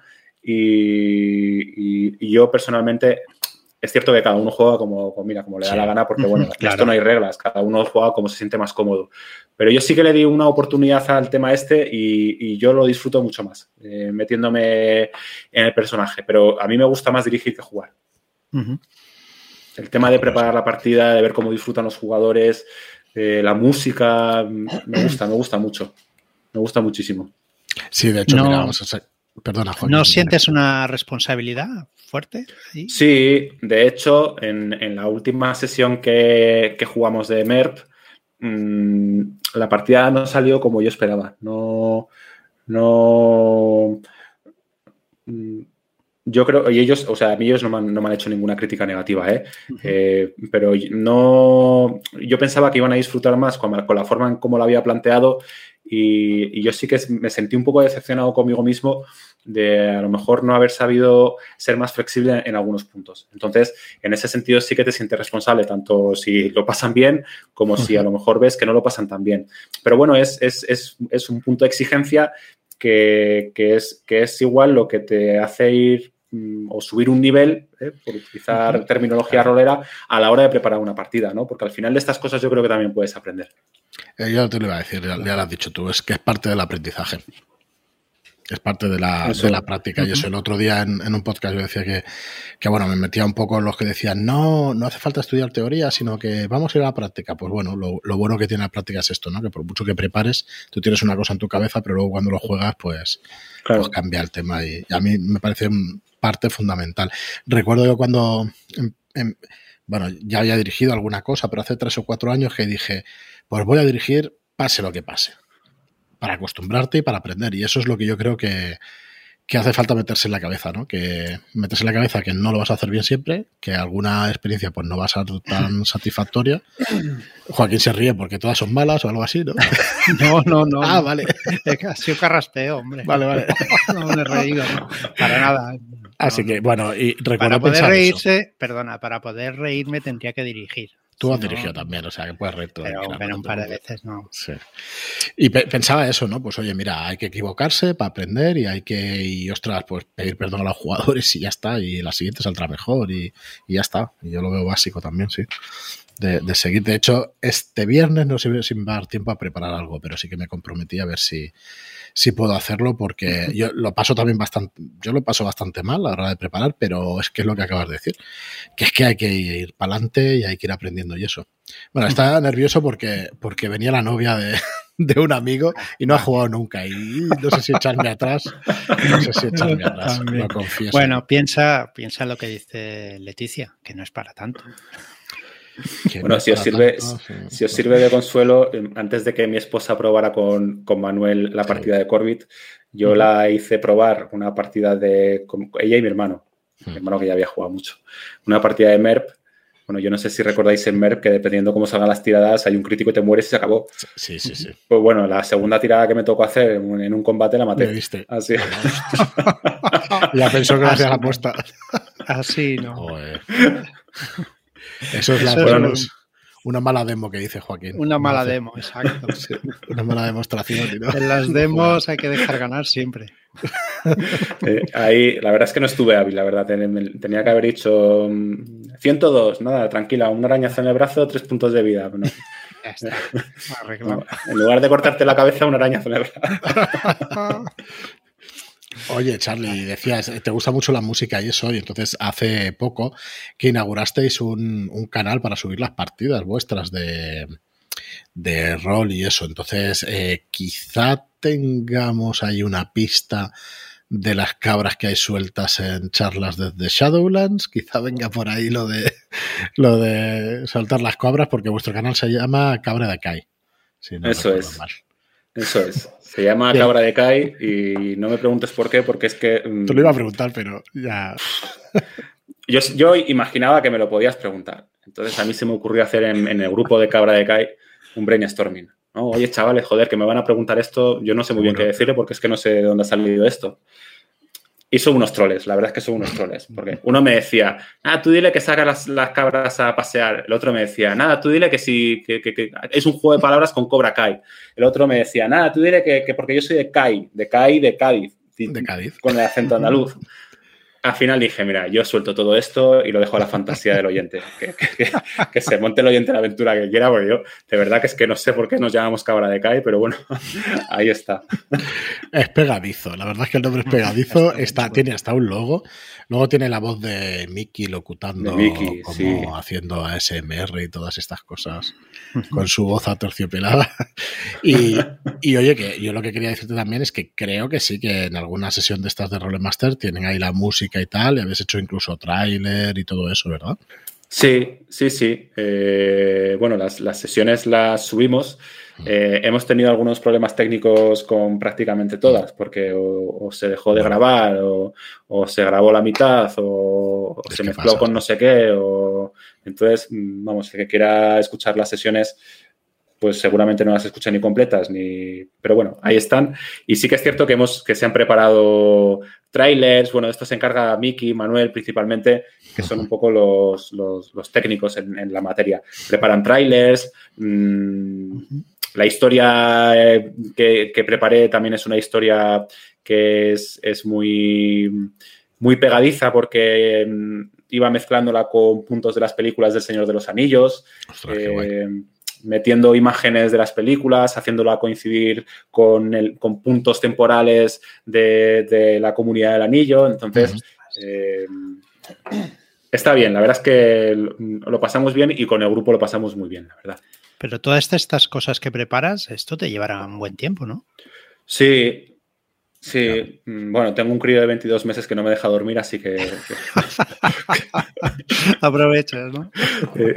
y, y, y yo personalmente... Es cierto que cada uno juega como, como, mira, como le da sí. la gana, porque, bueno, claro. esto no hay reglas. Cada uno juega como se siente más cómodo. Pero yo sí que le di una oportunidad al tema este y, y yo lo disfruto mucho más, eh, metiéndome en el personaje. Pero a mí me gusta más dirigir que jugar. Uh-huh. El tema de preparar la partida, de ver cómo disfrutan los jugadores, eh, la música, me gusta, me gusta mucho. Me gusta muchísimo. Sí, de hecho, no. mira, vamos a hacer... Perdona, Juan. ¿No sientes una responsabilidad fuerte? ¿Sí? Sí, de hecho, en, en la última sesión que, que jugamos de MERP, mmm, la partida no salió como yo esperaba. No, no... Mmm, yo creo, y ellos, o sea, a mí ellos no me han, no me han hecho ninguna crítica negativa, ¿eh? Uh-huh. eh pero no, yo pensaba que iban a disfrutar más con, con la forma en cómo lo había planteado y, y yo sí que me sentí un poco decepcionado conmigo mismo de a lo mejor no haber sabido ser más flexible en, en algunos puntos. Entonces, en ese sentido sí que te sientes responsable, tanto si lo pasan bien como uh-huh. si a lo mejor ves que no lo pasan tan bien. Pero bueno, es, es, es, es un punto de exigencia que, que, es, que es igual lo que te hace ir o subir un nivel, ¿eh? Por utilizar uh-huh. terminología rolera, a la hora de preparar una partida, ¿no? Porque al final de estas cosas yo creo que también puedes aprender. Eh, yo te lo iba a decir, ya, ya lo has dicho tú, es que es parte del aprendizaje. Es parte de la, de la práctica. Uh-huh. Y eso, el otro día en, en un podcast yo decía que, que, bueno, me metía un poco en los que decían no, no hace falta estudiar teoría, sino que vamos a ir a la práctica. Pues bueno, lo, lo bueno que tiene la práctica es esto, ¿no? Que por mucho que prepares, tú tienes una cosa en tu cabeza, pero luego cuando lo juegas, pues, claro. pues cambia el tema. Y, y a mí me parece parte fundamental. Recuerdo yo cuando, en, en, bueno, ya había dirigido alguna cosa, pero hace tres o cuatro años que dije, pues voy a dirigir pase lo que pase, para acostumbrarte y para aprender. Y eso es lo que yo creo que, que hace falta meterse en la cabeza, ¿no? Que meterse en la cabeza que no lo vas a hacer bien siempre, que alguna experiencia pues no va a ser tan satisfactoria. Joaquín se ríe porque todas son malas o algo así, ¿no? No, no, no. Ah, vale. Ha sido carraspeo, hombre. Vale, vale. No me he reído, no. Para nada. Así no, que, bueno, y recuerda para poder pensar reírse, eso. Perdona, para poder reírme tendría que dirigir. Tú has no, dirigido también, o sea, que puedes reír todo. Pero, pero un par de veces, no. Sí. Y pe- pensaba eso, ¿no? Pues oye, mira, hay que equivocarse para aprender y hay que, y ostras, pues pedir perdón a los jugadores y ya está. Y la siguiente saldrá mejor y, y ya está. Y yo lo veo básico también, sí. De, de seguir. De hecho, este viernes no sé si me va a dar tiempo a preparar algo, pero sí que me comprometí a ver si, si puedo hacerlo porque yo lo paso también bastante, yo lo paso bastante mal a la hora de preparar, pero es que es lo que acabas de decir, que es que hay que ir para adelante y hay que ir aprendiendo y eso. Bueno, estaba nervioso porque, porque venía la novia de, de un amigo y no ha jugado nunca y no sé si echarme atrás, no sé si echarme atrás, lo confieso. Bueno, piensa, piensa lo que dice Leticia, que no es para tanto. Bueno, si os, sirve, tanto, sí. si os sirve de consuelo, antes de que mi esposa probara con, con Manuel la partida sí. de Corvit, yo uh-huh. la hice probar una partida de... Con ella y mi hermano, uh-huh. mi hermano que ya había jugado mucho, una partida de MERP. Bueno, yo no sé si recordáis en MERP que dependiendo cómo salgan las tiradas, hay un crítico y te mueres y se acabó. Sí, sí, sí. Pues bueno, la segunda tirada que me tocó hacer en un combate la maté. ¿Me viste? Así. Ya pensó que no hacía la apuesta. Así, ¿no? Joder. Eso es la, Eso bueno, es una mala demo que dice Joaquín. Una mala hace, demo, exacto. Sí, una mala demostración. ¿No? En las demos hay que dejar ganar siempre. Eh, ahí, la verdad es que no estuve hábil, la verdad. Tenía que haber dicho ciento dos, nada, tranquila, un arañazo en el brazo, tres puntos de vida. No. Ya está, no, en lugar de cortarte la cabeza, un arañazo en el brazo. Oye, Charlie, decías, te gusta mucho la música y eso, y entonces hace poco que inaugurasteis un, un canal para subir las partidas vuestras de, de rol y eso. Entonces, eh, quizá tengamos ahí una pista de las cabras que hay sueltas en charlas desde Shadowlands. Quizá venga por ahí lo de lo de soltar las cabras, porque vuestro canal se llama Cabra de Kai. Si no eso es. Mal. Eso es. Se llama Bien. Cabra de Kai y no me preguntes por qué, porque es que... Mmm, Te lo iba a preguntar, pero ya... yo, yo imaginaba que me lo podías preguntar. Entonces a mí se me ocurrió hacer en, en el grupo de Cabra de Kai un brainstorming. ¿No? Oye, chavales, joder, que me van a preguntar esto. Yo no sé muy bien bueno. qué decirle porque es que no sé de dónde ha salido esto. Y son unos troles, la verdad es que son unos troles. Porque uno me decía, nada, tú dile que saca las, las cabras a pasear. El otro me decía, nada, tú dile que sí, que, que, que es un juego de palabras con Cobra Kai. El otro me decía, nada, tú dile que, que porque yo soy de Kai, de Kai, de Cádiz. De Cádiz. Con el acento andaluz. Al final dije, mira, yo suelto todo esto y lo dejo a la fantasía del oyente. Que, que, que, que se monte el oyente la aventura que quiera, porque yo de verdad que es que no sé por qué nos llamamos Cabra de Kai, pero bueno, ahí está. Es pegadizo, la verdad es que el nombre es pegadizo, está, tiene hasta un logo, luego tiene la voz de Mickey locutando, de Mickey, como sí. haciendo A S M R y todas estas cosas, con su voz aterciopelada. Y, y oye, que yo lo que quería decirte también es que creo que sí, que en alguna sesión de estas de Rolemaster tienen ahí la música y tal, y habéis hecho incluso tráiler y todo eso, ¿verdad? Sí, sí, sí. Eh, bueno, las, las sesiones las subimos. Eh, hemos tenido algunos problemas técnicos con prácticamente todas, porque o, o se dejó de grabar, o, o se grabó la mitad, o, o se mezcló pasa, con no sé qué. O... Entonces, vamos, el que quiera escuchar las sesiones, pues seguramente no las escucha ni completas, ni... pero bueno, ahí están. Y sí que es cierto que, hemos, que se han preparado trailers, bueno, de esto se encarga Miki, Manuel principalmente, que son un poco los, los, los técnicos en, en la materia. Preparan trailers, mmm, la historia que, que preparé también es una historia que es, es muy, muy pegadiza porque iba mezclándola con puntos de las películas del Señor de los Anillos. Ostras, eh, metiendo imágenes de las películas, haciéndola coincidir con, el, con puntos temporales de, de la Comunidad del Anillo. Entonces, uh-huh. eh, está bien. La verdad es que lo pasamos bien y con el grupo lo pasamos muy bien, la verdad. Pero todas estas cosas que preparas, esto te llevará un buen tiempo, ¿no? Sí, sí. Claro. Bueno, tengo un crío de veintidós meses que no me deja dormir, así que... que... Aprovechas, ¿no? Eh,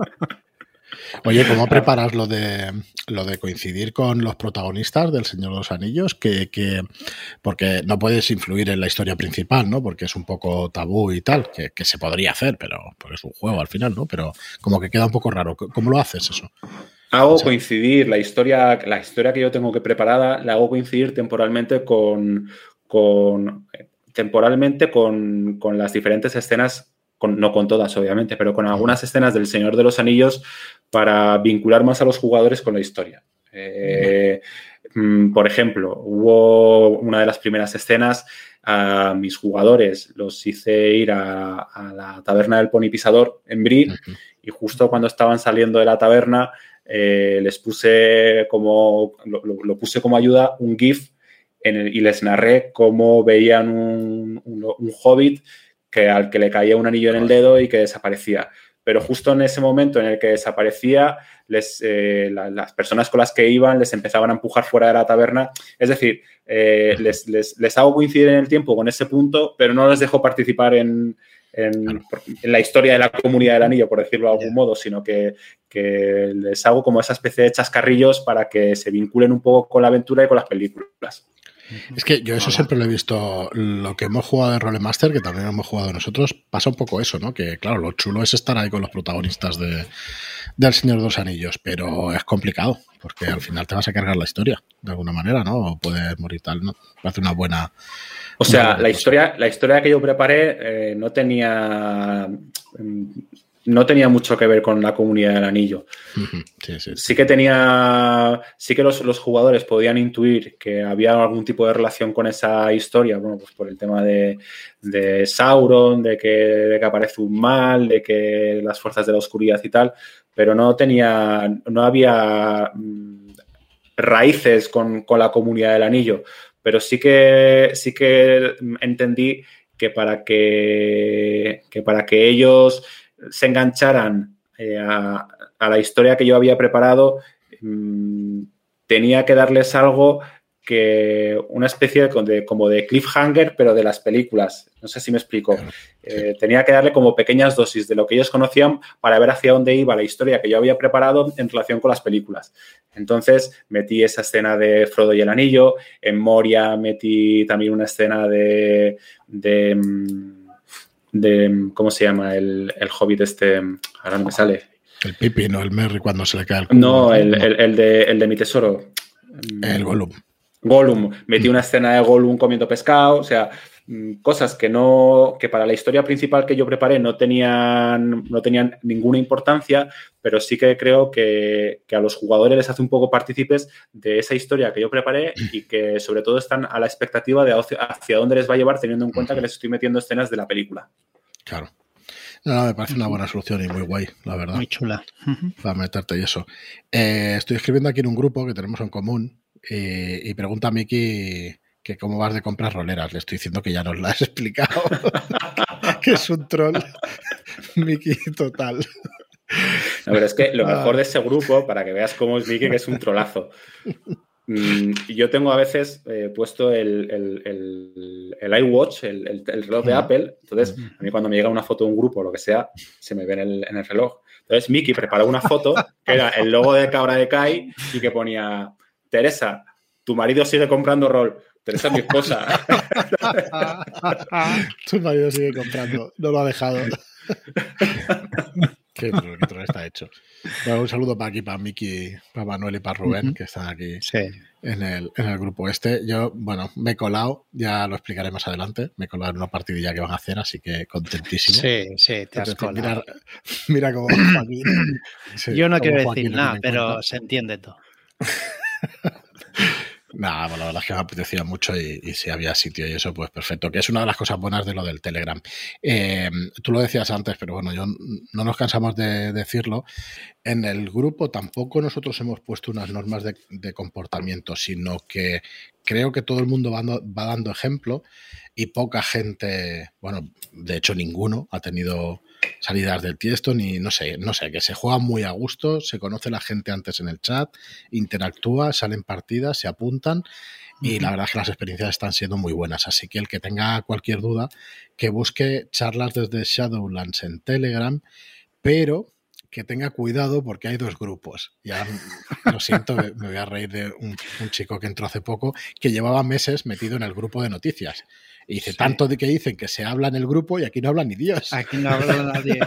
Oye, ¿cómo preparas lo de lo de coincidir con los protagonistas del Señor de los Anillos? Que, que porque no puedes influir en la historia principal, ¿no? Porque es un poco tabú y tal, que, que se podría hacer, pero porque es un juego al final, ¿no? Pero como que queda un poco raro. ¿Cómo lo haces eso? Hago o sea, coincidir la historia, la historia que yo tengo que preparada, la hago coincidir temporalmente con, con temporalmente con, con las diferentes escenas. Con, no con todas, obviamente, pero con algunas escenas del Señor de los Anillos para vincular más a los jugadores con la historia. Eh, mm, por ejemplo, hubo una de las primeras escenas, a mis jugadores los hice ir a, a la taberna del Pony Pisador en Bree, uh-huh. y justo cuando estaban saliendo de la taberna eh, les puse como, lo, lo, lo puse como ayuda un GIF en el, y les narré cómo veían un, un, un hobbit que al que le caía un anillo en el dedo y que desaparecía. Pero justo en ese momento en el que desaparecía, les, eh, la, las personas con las que iban les empezaban a empujar fuera de la taberna. Es decir, eh, les, les, les hago coincidir en el tiempo con ese punto, pero no les dejo participar en, en, en la historia de la Comunidad del Anillo, por decirlo de algún yeah. modo, sino que, que les hago como esa especie de chascarrillos para que se vinculen un poco con la aventura y con las películas. Es que yo eso siempre lo he visto, lo que hemos jugado de Rolemaster, que también hemos jugado nosotros, pasa un poco eso, ¿no? Que claro, lo chulo es estar ahí con los protagonistas de, del Señor de los Anillos, pero es complicado, porque al final te vas a cargar la historia, de alguna manera, ¿no? O puedes morir tal, ¿no? Hace una buena... O sea, buena la historia, la historia que yo preparé eh, no tenía... no tenía mucho que ver con la Comunidad del Anillo. Sí, sí. Sí que tenía, sí que los, los jugadores podían intuir que había algún tipo de relación con esa historia, bueno, pues por el tema de, de Sauron, de que, de que aparece un mal, de que las fuerzas de la oscuridad y tal, pero no tenía, no había mmm, raíces con, con la Comunidad del Anillo, pero sí que, sí que entendí que para que, que para que ellos se engancharan eh, a, a la historia que yo había preparado, mmm, tenía que darles algo que una especie de, de, como de cliffhanger, pero de las películas. No sé si me explico. Eh, tenía que darle como pequeñas dosis de lo que ellos conocían para ver hacia dónde iba la historia que yo había preparado en relación con las películas. Entonces metí esa escena de Frodo y el Anillo. En Moria metí también una escena de... de de, ¿cómo se llama? El, el Hobbit este, ahora no me sale. El Pippin, ¿no? El Merry cuando se le cae el culo. No, el, el, el, de, el de mi tesoro. El Gollum. Gollum. Metí una escena de Gollum comiendo pescado, o sea, cosas que no que para la historia principal que yo preparé no tenían, no tenían ninguna importancia, pero sí que creo que, que a los jugadores les hace un poco partícipes de esa historia que yo preparé y que sobre todo están a la expectativa de hacia dónde les va a llevar, teniendo en cuenta que les estoy metiendo escenas de la película. Claro. No, no, me parece una buena solución y muy guay, la verdad. Muy chula. Para meterte y eso. Eh, estoy escribiendo aquí en un grupo que tenemos en común y, y pregunta a Miki que cómo vas de comprar roleras. Le estoy diciendo que ya nos la has explicado. Que es un troll. Miki total. No, pero es que lo mejor de ese grupo, para que veas cómo es Miki, que es un trolazo. Mm, yo tengo a veces eh, puesto el, el, el, el iWatch, el, el, el reloj de Apple. Entonces, a mí cuando me llega una foto de un grupo o lo que sea, se me ve en el, en el reloj. Entonces, Miki preparó una foto que era el logo de Cabra de Kai y que ponía: Teresa, tu marido sigue comprando rol. Teresa es mi esposa. Tu marido sigue comprando. No lo ha dejado. Qué troll, qué troll está hecho. Bueno, un saludo para aquí, para Miki, para Manuel y para Rubén, uh-huh. que están aquí sí. en, el, en el grupo este. Yo, bueno, me he colado, ya lo explicaré más adelante, me he colado en una partidilla que van a hacer, así que contentísimo. Sí, sí, te has colado. Mira, mira cómo Joaquín. Sí, Yo no quiero decir nada, pero cuenta. Se entiende todo. Nada, bueno, la verdad es que me apetecía mucho y, y si había sitio y eso, pues perfecto. Que es una de las cosas buenas de lo del Telegram. Eh, tú lo decías antes, pero bueno, yo no nos cansamos de decirlo. En el grupo tampoco nosotros hemos puesto unas normas de, de comportamiento, sino que creo que todo el mundo va, va dando ejemplo y poca gente, bueno, de hecho ninguno ha tenido salidas del tiesto, ni no sé, no sé, que se juega muy a gusto, se conoce la gente antes en el chat, interactúa, salen partidas, se apuntan y uh-huh. la verdad es que las experiencias están siendo muy buenas, así que el que tenga cualquier duda, que busque charlas desde Shadowlands en Telegram, pero que tenga cuidado porque hay dos grupos. Ya lo siento, me voy a reír de un, un chico que entró hace poco que llevaba meses metido en el grupo de noticias. Y dice, sí. tanto de que dicen que se habla en el grupo y aquí no habla ni Dios. Aquí no habla nadie.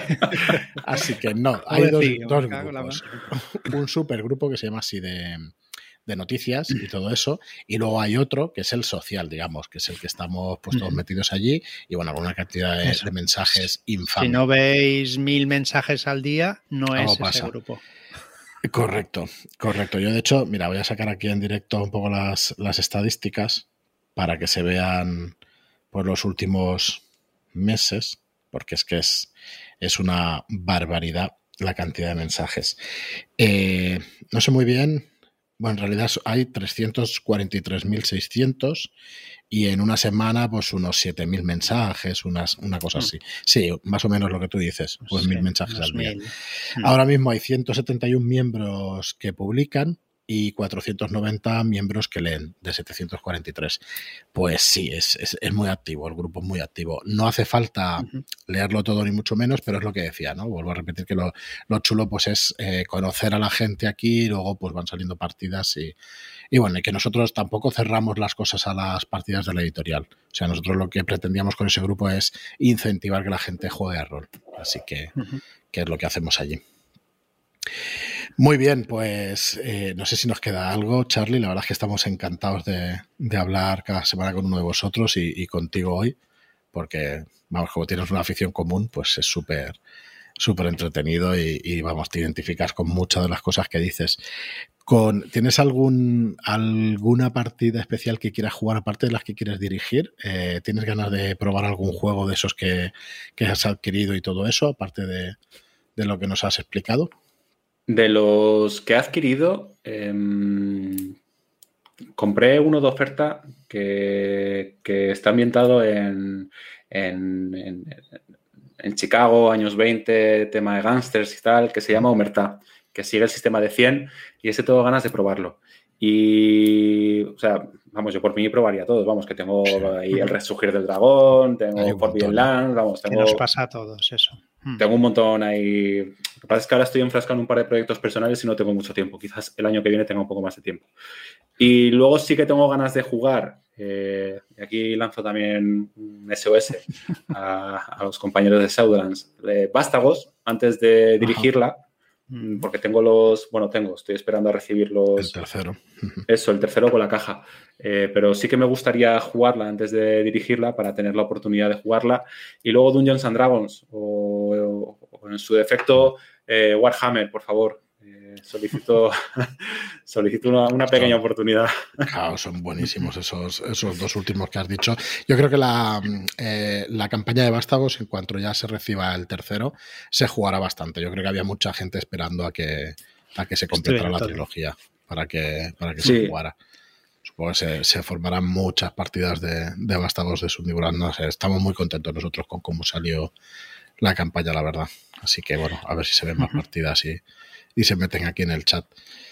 Así que no, hay dos, dos grupos. Un supergrupo que se llama así de, de noticias y todo eso. Y luego hay otro que es el social, digamos, que es el que estamos pues, todos metidos allí. Y bueno, con una cantidad de, de mensajes infames. Si no veis mil mensajes al día, no es pasa. ese grupo. Correcto, correcto. Yo, de hecho, mira, voy a sacar aquí en directo un poco las, las estadísticas para que se vean por los últimos meses, porque es que es, es una barbaridad la cantidad de mensajes. Eh, no sé muy bien, bueno, en realidad hay trescientos cuarenta y tres mil seiscientos y en una semana pues unos siete mil mensajes, unas, una cosa así. Sí, más o menos lo que tú dices, pues sí, mil mensajes al día. Mil. Ahora mismo hay ciento setenta y uno miembros que publican y cuatrocientos noventa miembros que leen, de setecientos cuarenta y tres. Pues sí, es, es, es muy activo, el grupo es muy activo. No hace falta uh-huh. leerlo todo ni mucho menos, pero es lo que decía, ¿no? Vuelvo a repetir que lo, lo chulo pues es eh, conocer a la gente aquí y luego pues van saliendo partidas y, y bueno, y que nosotros tampoco cerramos las cosas a las partidas de la editorial. O sea, nosotros lo que pretendíamos con ese grupo es incentivar que la gente juegue a rol. Así que, uh-huh. que es lo que hacemos allí. Muy bien, pues eh, no sé si nos queda algo, Charlie. La verdad es que estamos encantados de, de hablar cada semana con uno de vosotros y, y contigo hoy, porque, vamos, como tienes una afición común, pues es súper súper entretenido y, y, vamos, te identificas con muchas de las cosas que dices. Con, ¿Tienes algún alguna partida especial que quieras jugar aparte de las que quieres dirigir? Eh, ¿Tienes ganas de probar algún juego de esos que, que has adquirido y todo eso, aparte de, de lo que nos has explicado? De los que he adquirido, eh, compré uno de oferta que, que está ambientado en, en, en, en Chicago, años veinte, tema de gángsters y tal, que se llama Omertá, que sigue el sistema de cien y ese tengo ganas de probarlo. Y, o sea, vamos, yo por mí probaría todos, vamos, que tengo ahí el Resurgir del Dragón, tengo Forbidden Lands, vamos, tengo... Que nos pasa a todos eso. Tengo un montón ahí. Lo que pasa es que ahora estoy enfrascado en un par de proyectos personales y no tengo mucho tiempo. Quizás el año que viene tenga un poco más de tiempo. Y luego sí que tengo ganas de jugar. Eh, y aquí lanzo también un S O S a, a los compañeros de Shadowlands. Eh, Vástagos, antes de dirigirla, porque tengo los, bueno, tengo, estoy esperando a recibir los... El tercero. Eso, el tercero con la caja. Eh, pero sí que me gustaría jugarla antes de dirigirla para tener la oportunidad de jugarla. Y luego Dungeons and Dragons o, o, o en su defecto eh, Warhammer, por favor. Eh, solicito solicito una, una pequeña oportunidad. Claro, son buenísimos esos, esos dos últimos que has dicho. Yo creo que la, eh, la campaña de Vástagos, en cuanto ya se reciba el tercero, se jugará bastante. Yo creo que había mucha gente esperando a que, a que se completara la trilogía para que, para que sí. se jugara. Supongo que se, se formarán muchas partidas de, de Vástagos de Sundiguran. No sé, estamos muy contentos nosotros con cómo salió la campaña, la verdad. Así que, bueno, a ver si se ven más partidas y, y se meten aquí en el chat.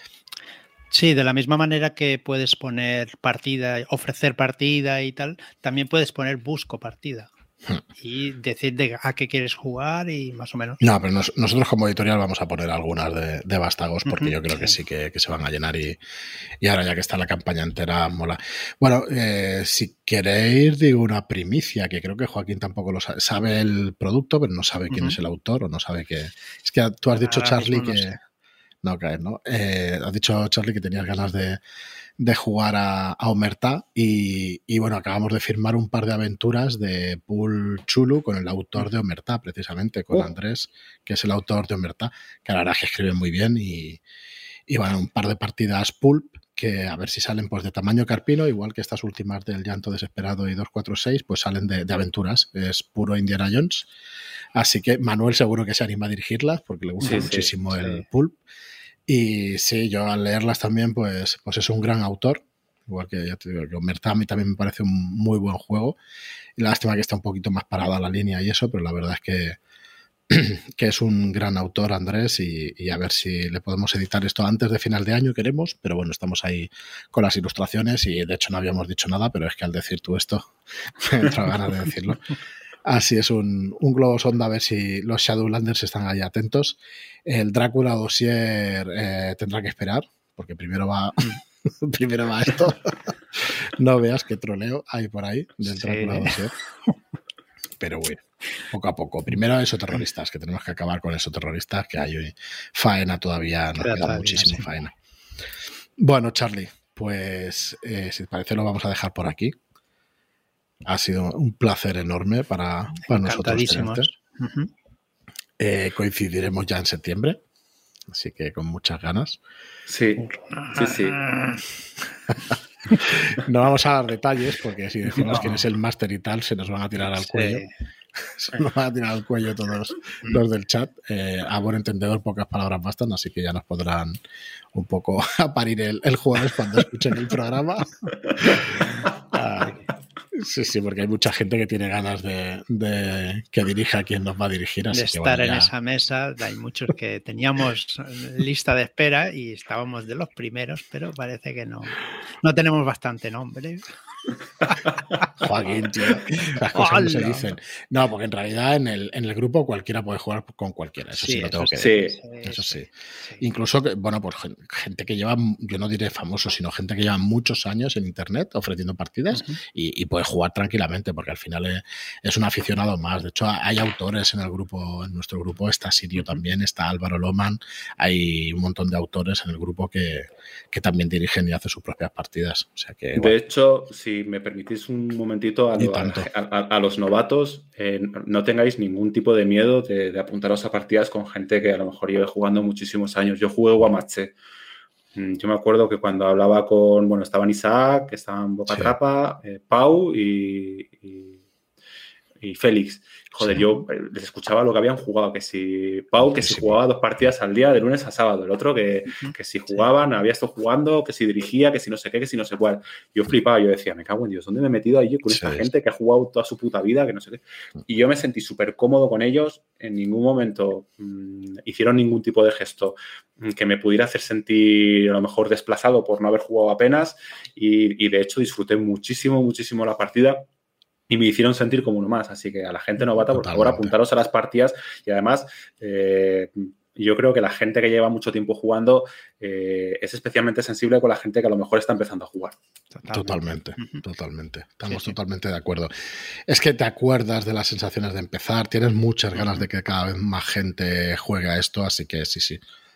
Sí, de la misma manera que puedes poner partida, ofrecer partida y tal, también puedes poner busco partida. Y decir de a qué quieres jugar y más o menos. No, pero nos, nosotros como editorial vamos a poner algunas de, de Vástagos porque uh-huh, yo creo que sí, sí que, que se van a llenar y, y ahora ya que está la campaña entera mola. Bueno, eh, si queréis digo una primicia, que creo que Joaquín tampoco lo sabe. Sabe el producto, pero no sabe quién uh-huh. es el autor o no sabe qué. Es que tú has dicho, ahora Charlie, que... No, sé. no caes, ¿no? Eh, has dicho, Charlie, que tenías ganas de... de jugar a, a Omertá y, y bueno, acabamos de firmar un par de aventuras de Pool Chulu con el autor de Omertá, precisamente, con oh. Andrés, que es el autor de Omertá, que la verdad es que escribe muy bien y, y bueno, un par de partidas pulp que a ver si salen pues de tamaño carpino, igual que estas últimas del Llanto Desesperado y dos cuatro seis, pues salen de, de aventuras, es puro Indiana Jones, así que Manuel seguro que se anima a dirigirlas porque le gusta sí, muchísimo sí, el sí. pulp. Y sí, yo al leerlas también, pues, pues es un gran autor. Igual que ya te digo, que Omertá a mí también me parece un muy buen juego. Y lástima que está un poquito más parada la línea y eso, pero la verdad es que, que es un gran autor, Andrés, y, y a ver si le podemos editar esto antes de final de año, queremos. Pero bueno, estamos ahí con las ilustraciones y de hecho no habíamos dicho nada, pero es que al decir tú esto me entra ganas de decirlo. Así es un, un globo sonda a ver si los Shadowlanders están ahí atentos. El Drácula Dossier eh, tendrá que esperar, porque primero va primero va esto. No veas qué troleo hay por ahí del sí. Drácula Dossier. Pero bueno, poco a poco. Primero Exoterroristas, que tenemos que acabar con Exoterroristas, que hay faena todavía, nos queda, queda muchísimo sí. faena. Bueno, Charlie, pues eh, si te parece lo vamos a dejar por aquí. Ha sido un placer enorme para, para nosotros tenerte. Uh-huh. Eh, coincidiremos ya en septiembre, así que con muchas ganas. Sí, sí, sí. No vamos a dar detalles porque si decimos no. quién es el máster y tal, se nos van a tirar al cuello. Sí. Se nos van a tirar al cuello todos los del chat. Eh, a buen entendedor, pocas palabras bastan, así que ya nos podrán un poco aparir el, el jueves cuando escuchen el programa. Ah, sí, sí, porque hay mucha gente que tiene ganas de, de que dirija a quien nos va a dirigir. Así de que, estar bueno, en ya... esa mesa, hay muchos que teníamos lista de espera y estábamos de los primeros, pero parece que no, no tenemos bastante nombre. Joaquín, tío, las cosas ¡Hola! No se dicen. No, porque en realidad en el, en el grupo cualquiera puede jugar con cualquiera, eso sí, sí lo tengo que decir. Sí, eso sí. sí. Incluso, que, bueno, pues gente que lleva, yo no diré famoso, sino gente que lleva muchos años en internet ofreciendo partidas uh-huh. y, y puede jugar tranquilamente, porque al final es, es un aficionado más. De hecho, hay autores en el grupo, en nuestro grupo está Sirio también, está Álvaro Loman, hay un montón de autores en el grupo que, que también dirigen y hacen sus propias partidas. O sea que, de bueno. hecho, si Si me permitís un momentito a, lo, a, a, a los novatos, eh, no tengáis ningún tipo de miedo de, de apuntaros a partidas con gente que a lo mejor lleve jugando muchísimos años. Yo jugué Guamache. Yo me acuerdo que cuando hablaba con, bueno, estaban Isaac, estaban Bocatrapa, sí. eh, Pau y, y, y Félix. Joder, sí. yo les escuchaba lo que habían jugado, que si Pau, que si jugaba dos partidas al día de lunes a sábado, el otro que, uh-huh. que si jugaban, sí. había estado jugando, que si dirigía, que si no sé qué, que si no sé cuál. Yo flipaba, yo decía, me cago en Dios, ¿dónde me he metido ahí con sí, esta sí. gente que ha jugado toda su puta vida, que no sé qué? Y yo me sentí súper cómodo con ellos, en ningún momento mmm, hicieron ningún tipo de gesto mmm, que me pudiera hacer sentir a lo mejor desplazado por no haber jugado apenas y, y de hecho disfruté muchísimo, muchísimo la partida. Y me hicieron sentir como uno más. Así que a la gente novata, por favor, apuntaros a las partidas. Y además, eh, yo creo que la gente que lleva mucho tiempo jugando eh, es especialmente sensible con la gente que a lo mejor está empezando a jugar. Totalmente, totalmente. totalmente. Estamos sí, sí. totalmente de acuerdo. Es que te acuerdas de las sensaciones de empezar. Tienes muchas ganas de que cada vez más gente juegue a esto. Así que sí, sí.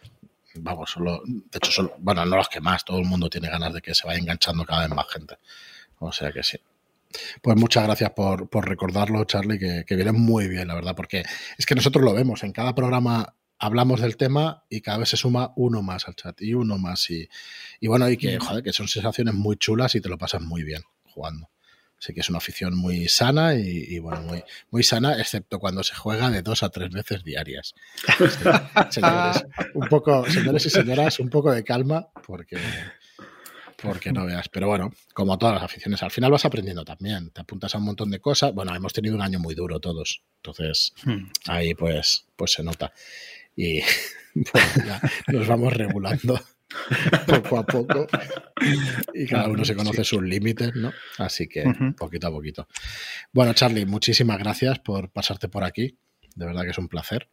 vamos, solo, de hecho, solo, bueno, no los que más, todo el mundo tiene ganas de que se vaya enganchando cada vez más gente. O sea que sí. Pues muchas gracias por, por recordarlo, Charlie, que, que viene muy bien, la verdad, porque es que nosotros lo vemos, en cada programa hablamos del tema y cada vez se suma uno más al chat y uno más y, y bueno, y que, joder, que son sensaciones muy chulas y te lo pasas muy bien jugando. Así que es una afición muy sana y, y bueno, muy, muy sana, excepto cuando se juega de dos a tres veces diarias. Señores, un poco, señores y señoras, un poco de calma porque... porque no veas, pero bueno, como todas las aficiones, al final vas aprendiendo también, te apuntas a un montón de cosas. Bueno, hemos tenido un año muy duro todos, entonces ahí pues, pues se nota y bueno, ya nos vamos regulando poco a poco y cada uno se conoce sus límites, ¿no? Así que poquito a poquito. Bueno, Charlie, muchísimas gracias por pasarte por aquí, de verdad que es un placer.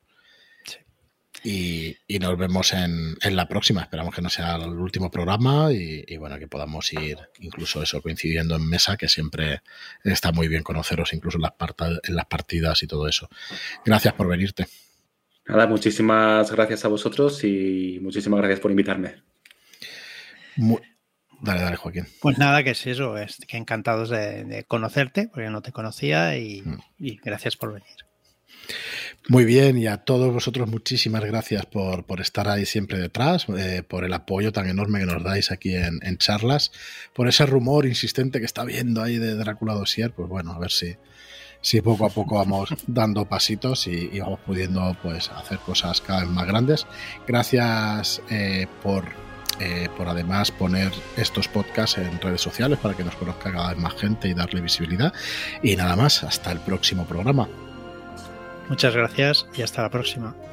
Y, y nos vemos en, en la próxima. Esperamos que no sea el último programa y, y bueno, que podamos ir incluso eso coincidiendo en mesa, que siempre está muy bien conoceros incluso en las, part- en las partidas y todo eso. Gracias por venirte. Nada, muchísimas gracias a vosotros y muchísimas gracias por invitarme. Muy... Dale, dale, Joaquín. Pues nada, que es eso, es que encantados de, de conocerte, porque no te conocía y, mm. y gracias por venir. Muy bien, y a todos vosotros muchísimas gracias por, por estar ahí siempre detrás, eh, por el apoyo tan enorme que nos dais aquí en, en charlas, por ese rumor insistente que está viendo ahí de Drácula Dossier. Pues bueno, a ver si, si poco a poco vamos dando pasitos y, y vamos pudiendo pues hacer cosas cada vez más grandes. Gracias eh, por, eh, por además poner estos podcasts en redes sociales para que nos conozca cada vez más gente y darle visibilidad. Y nada más, hasta el próximo programa. Muchas gracias y hasta la próxima.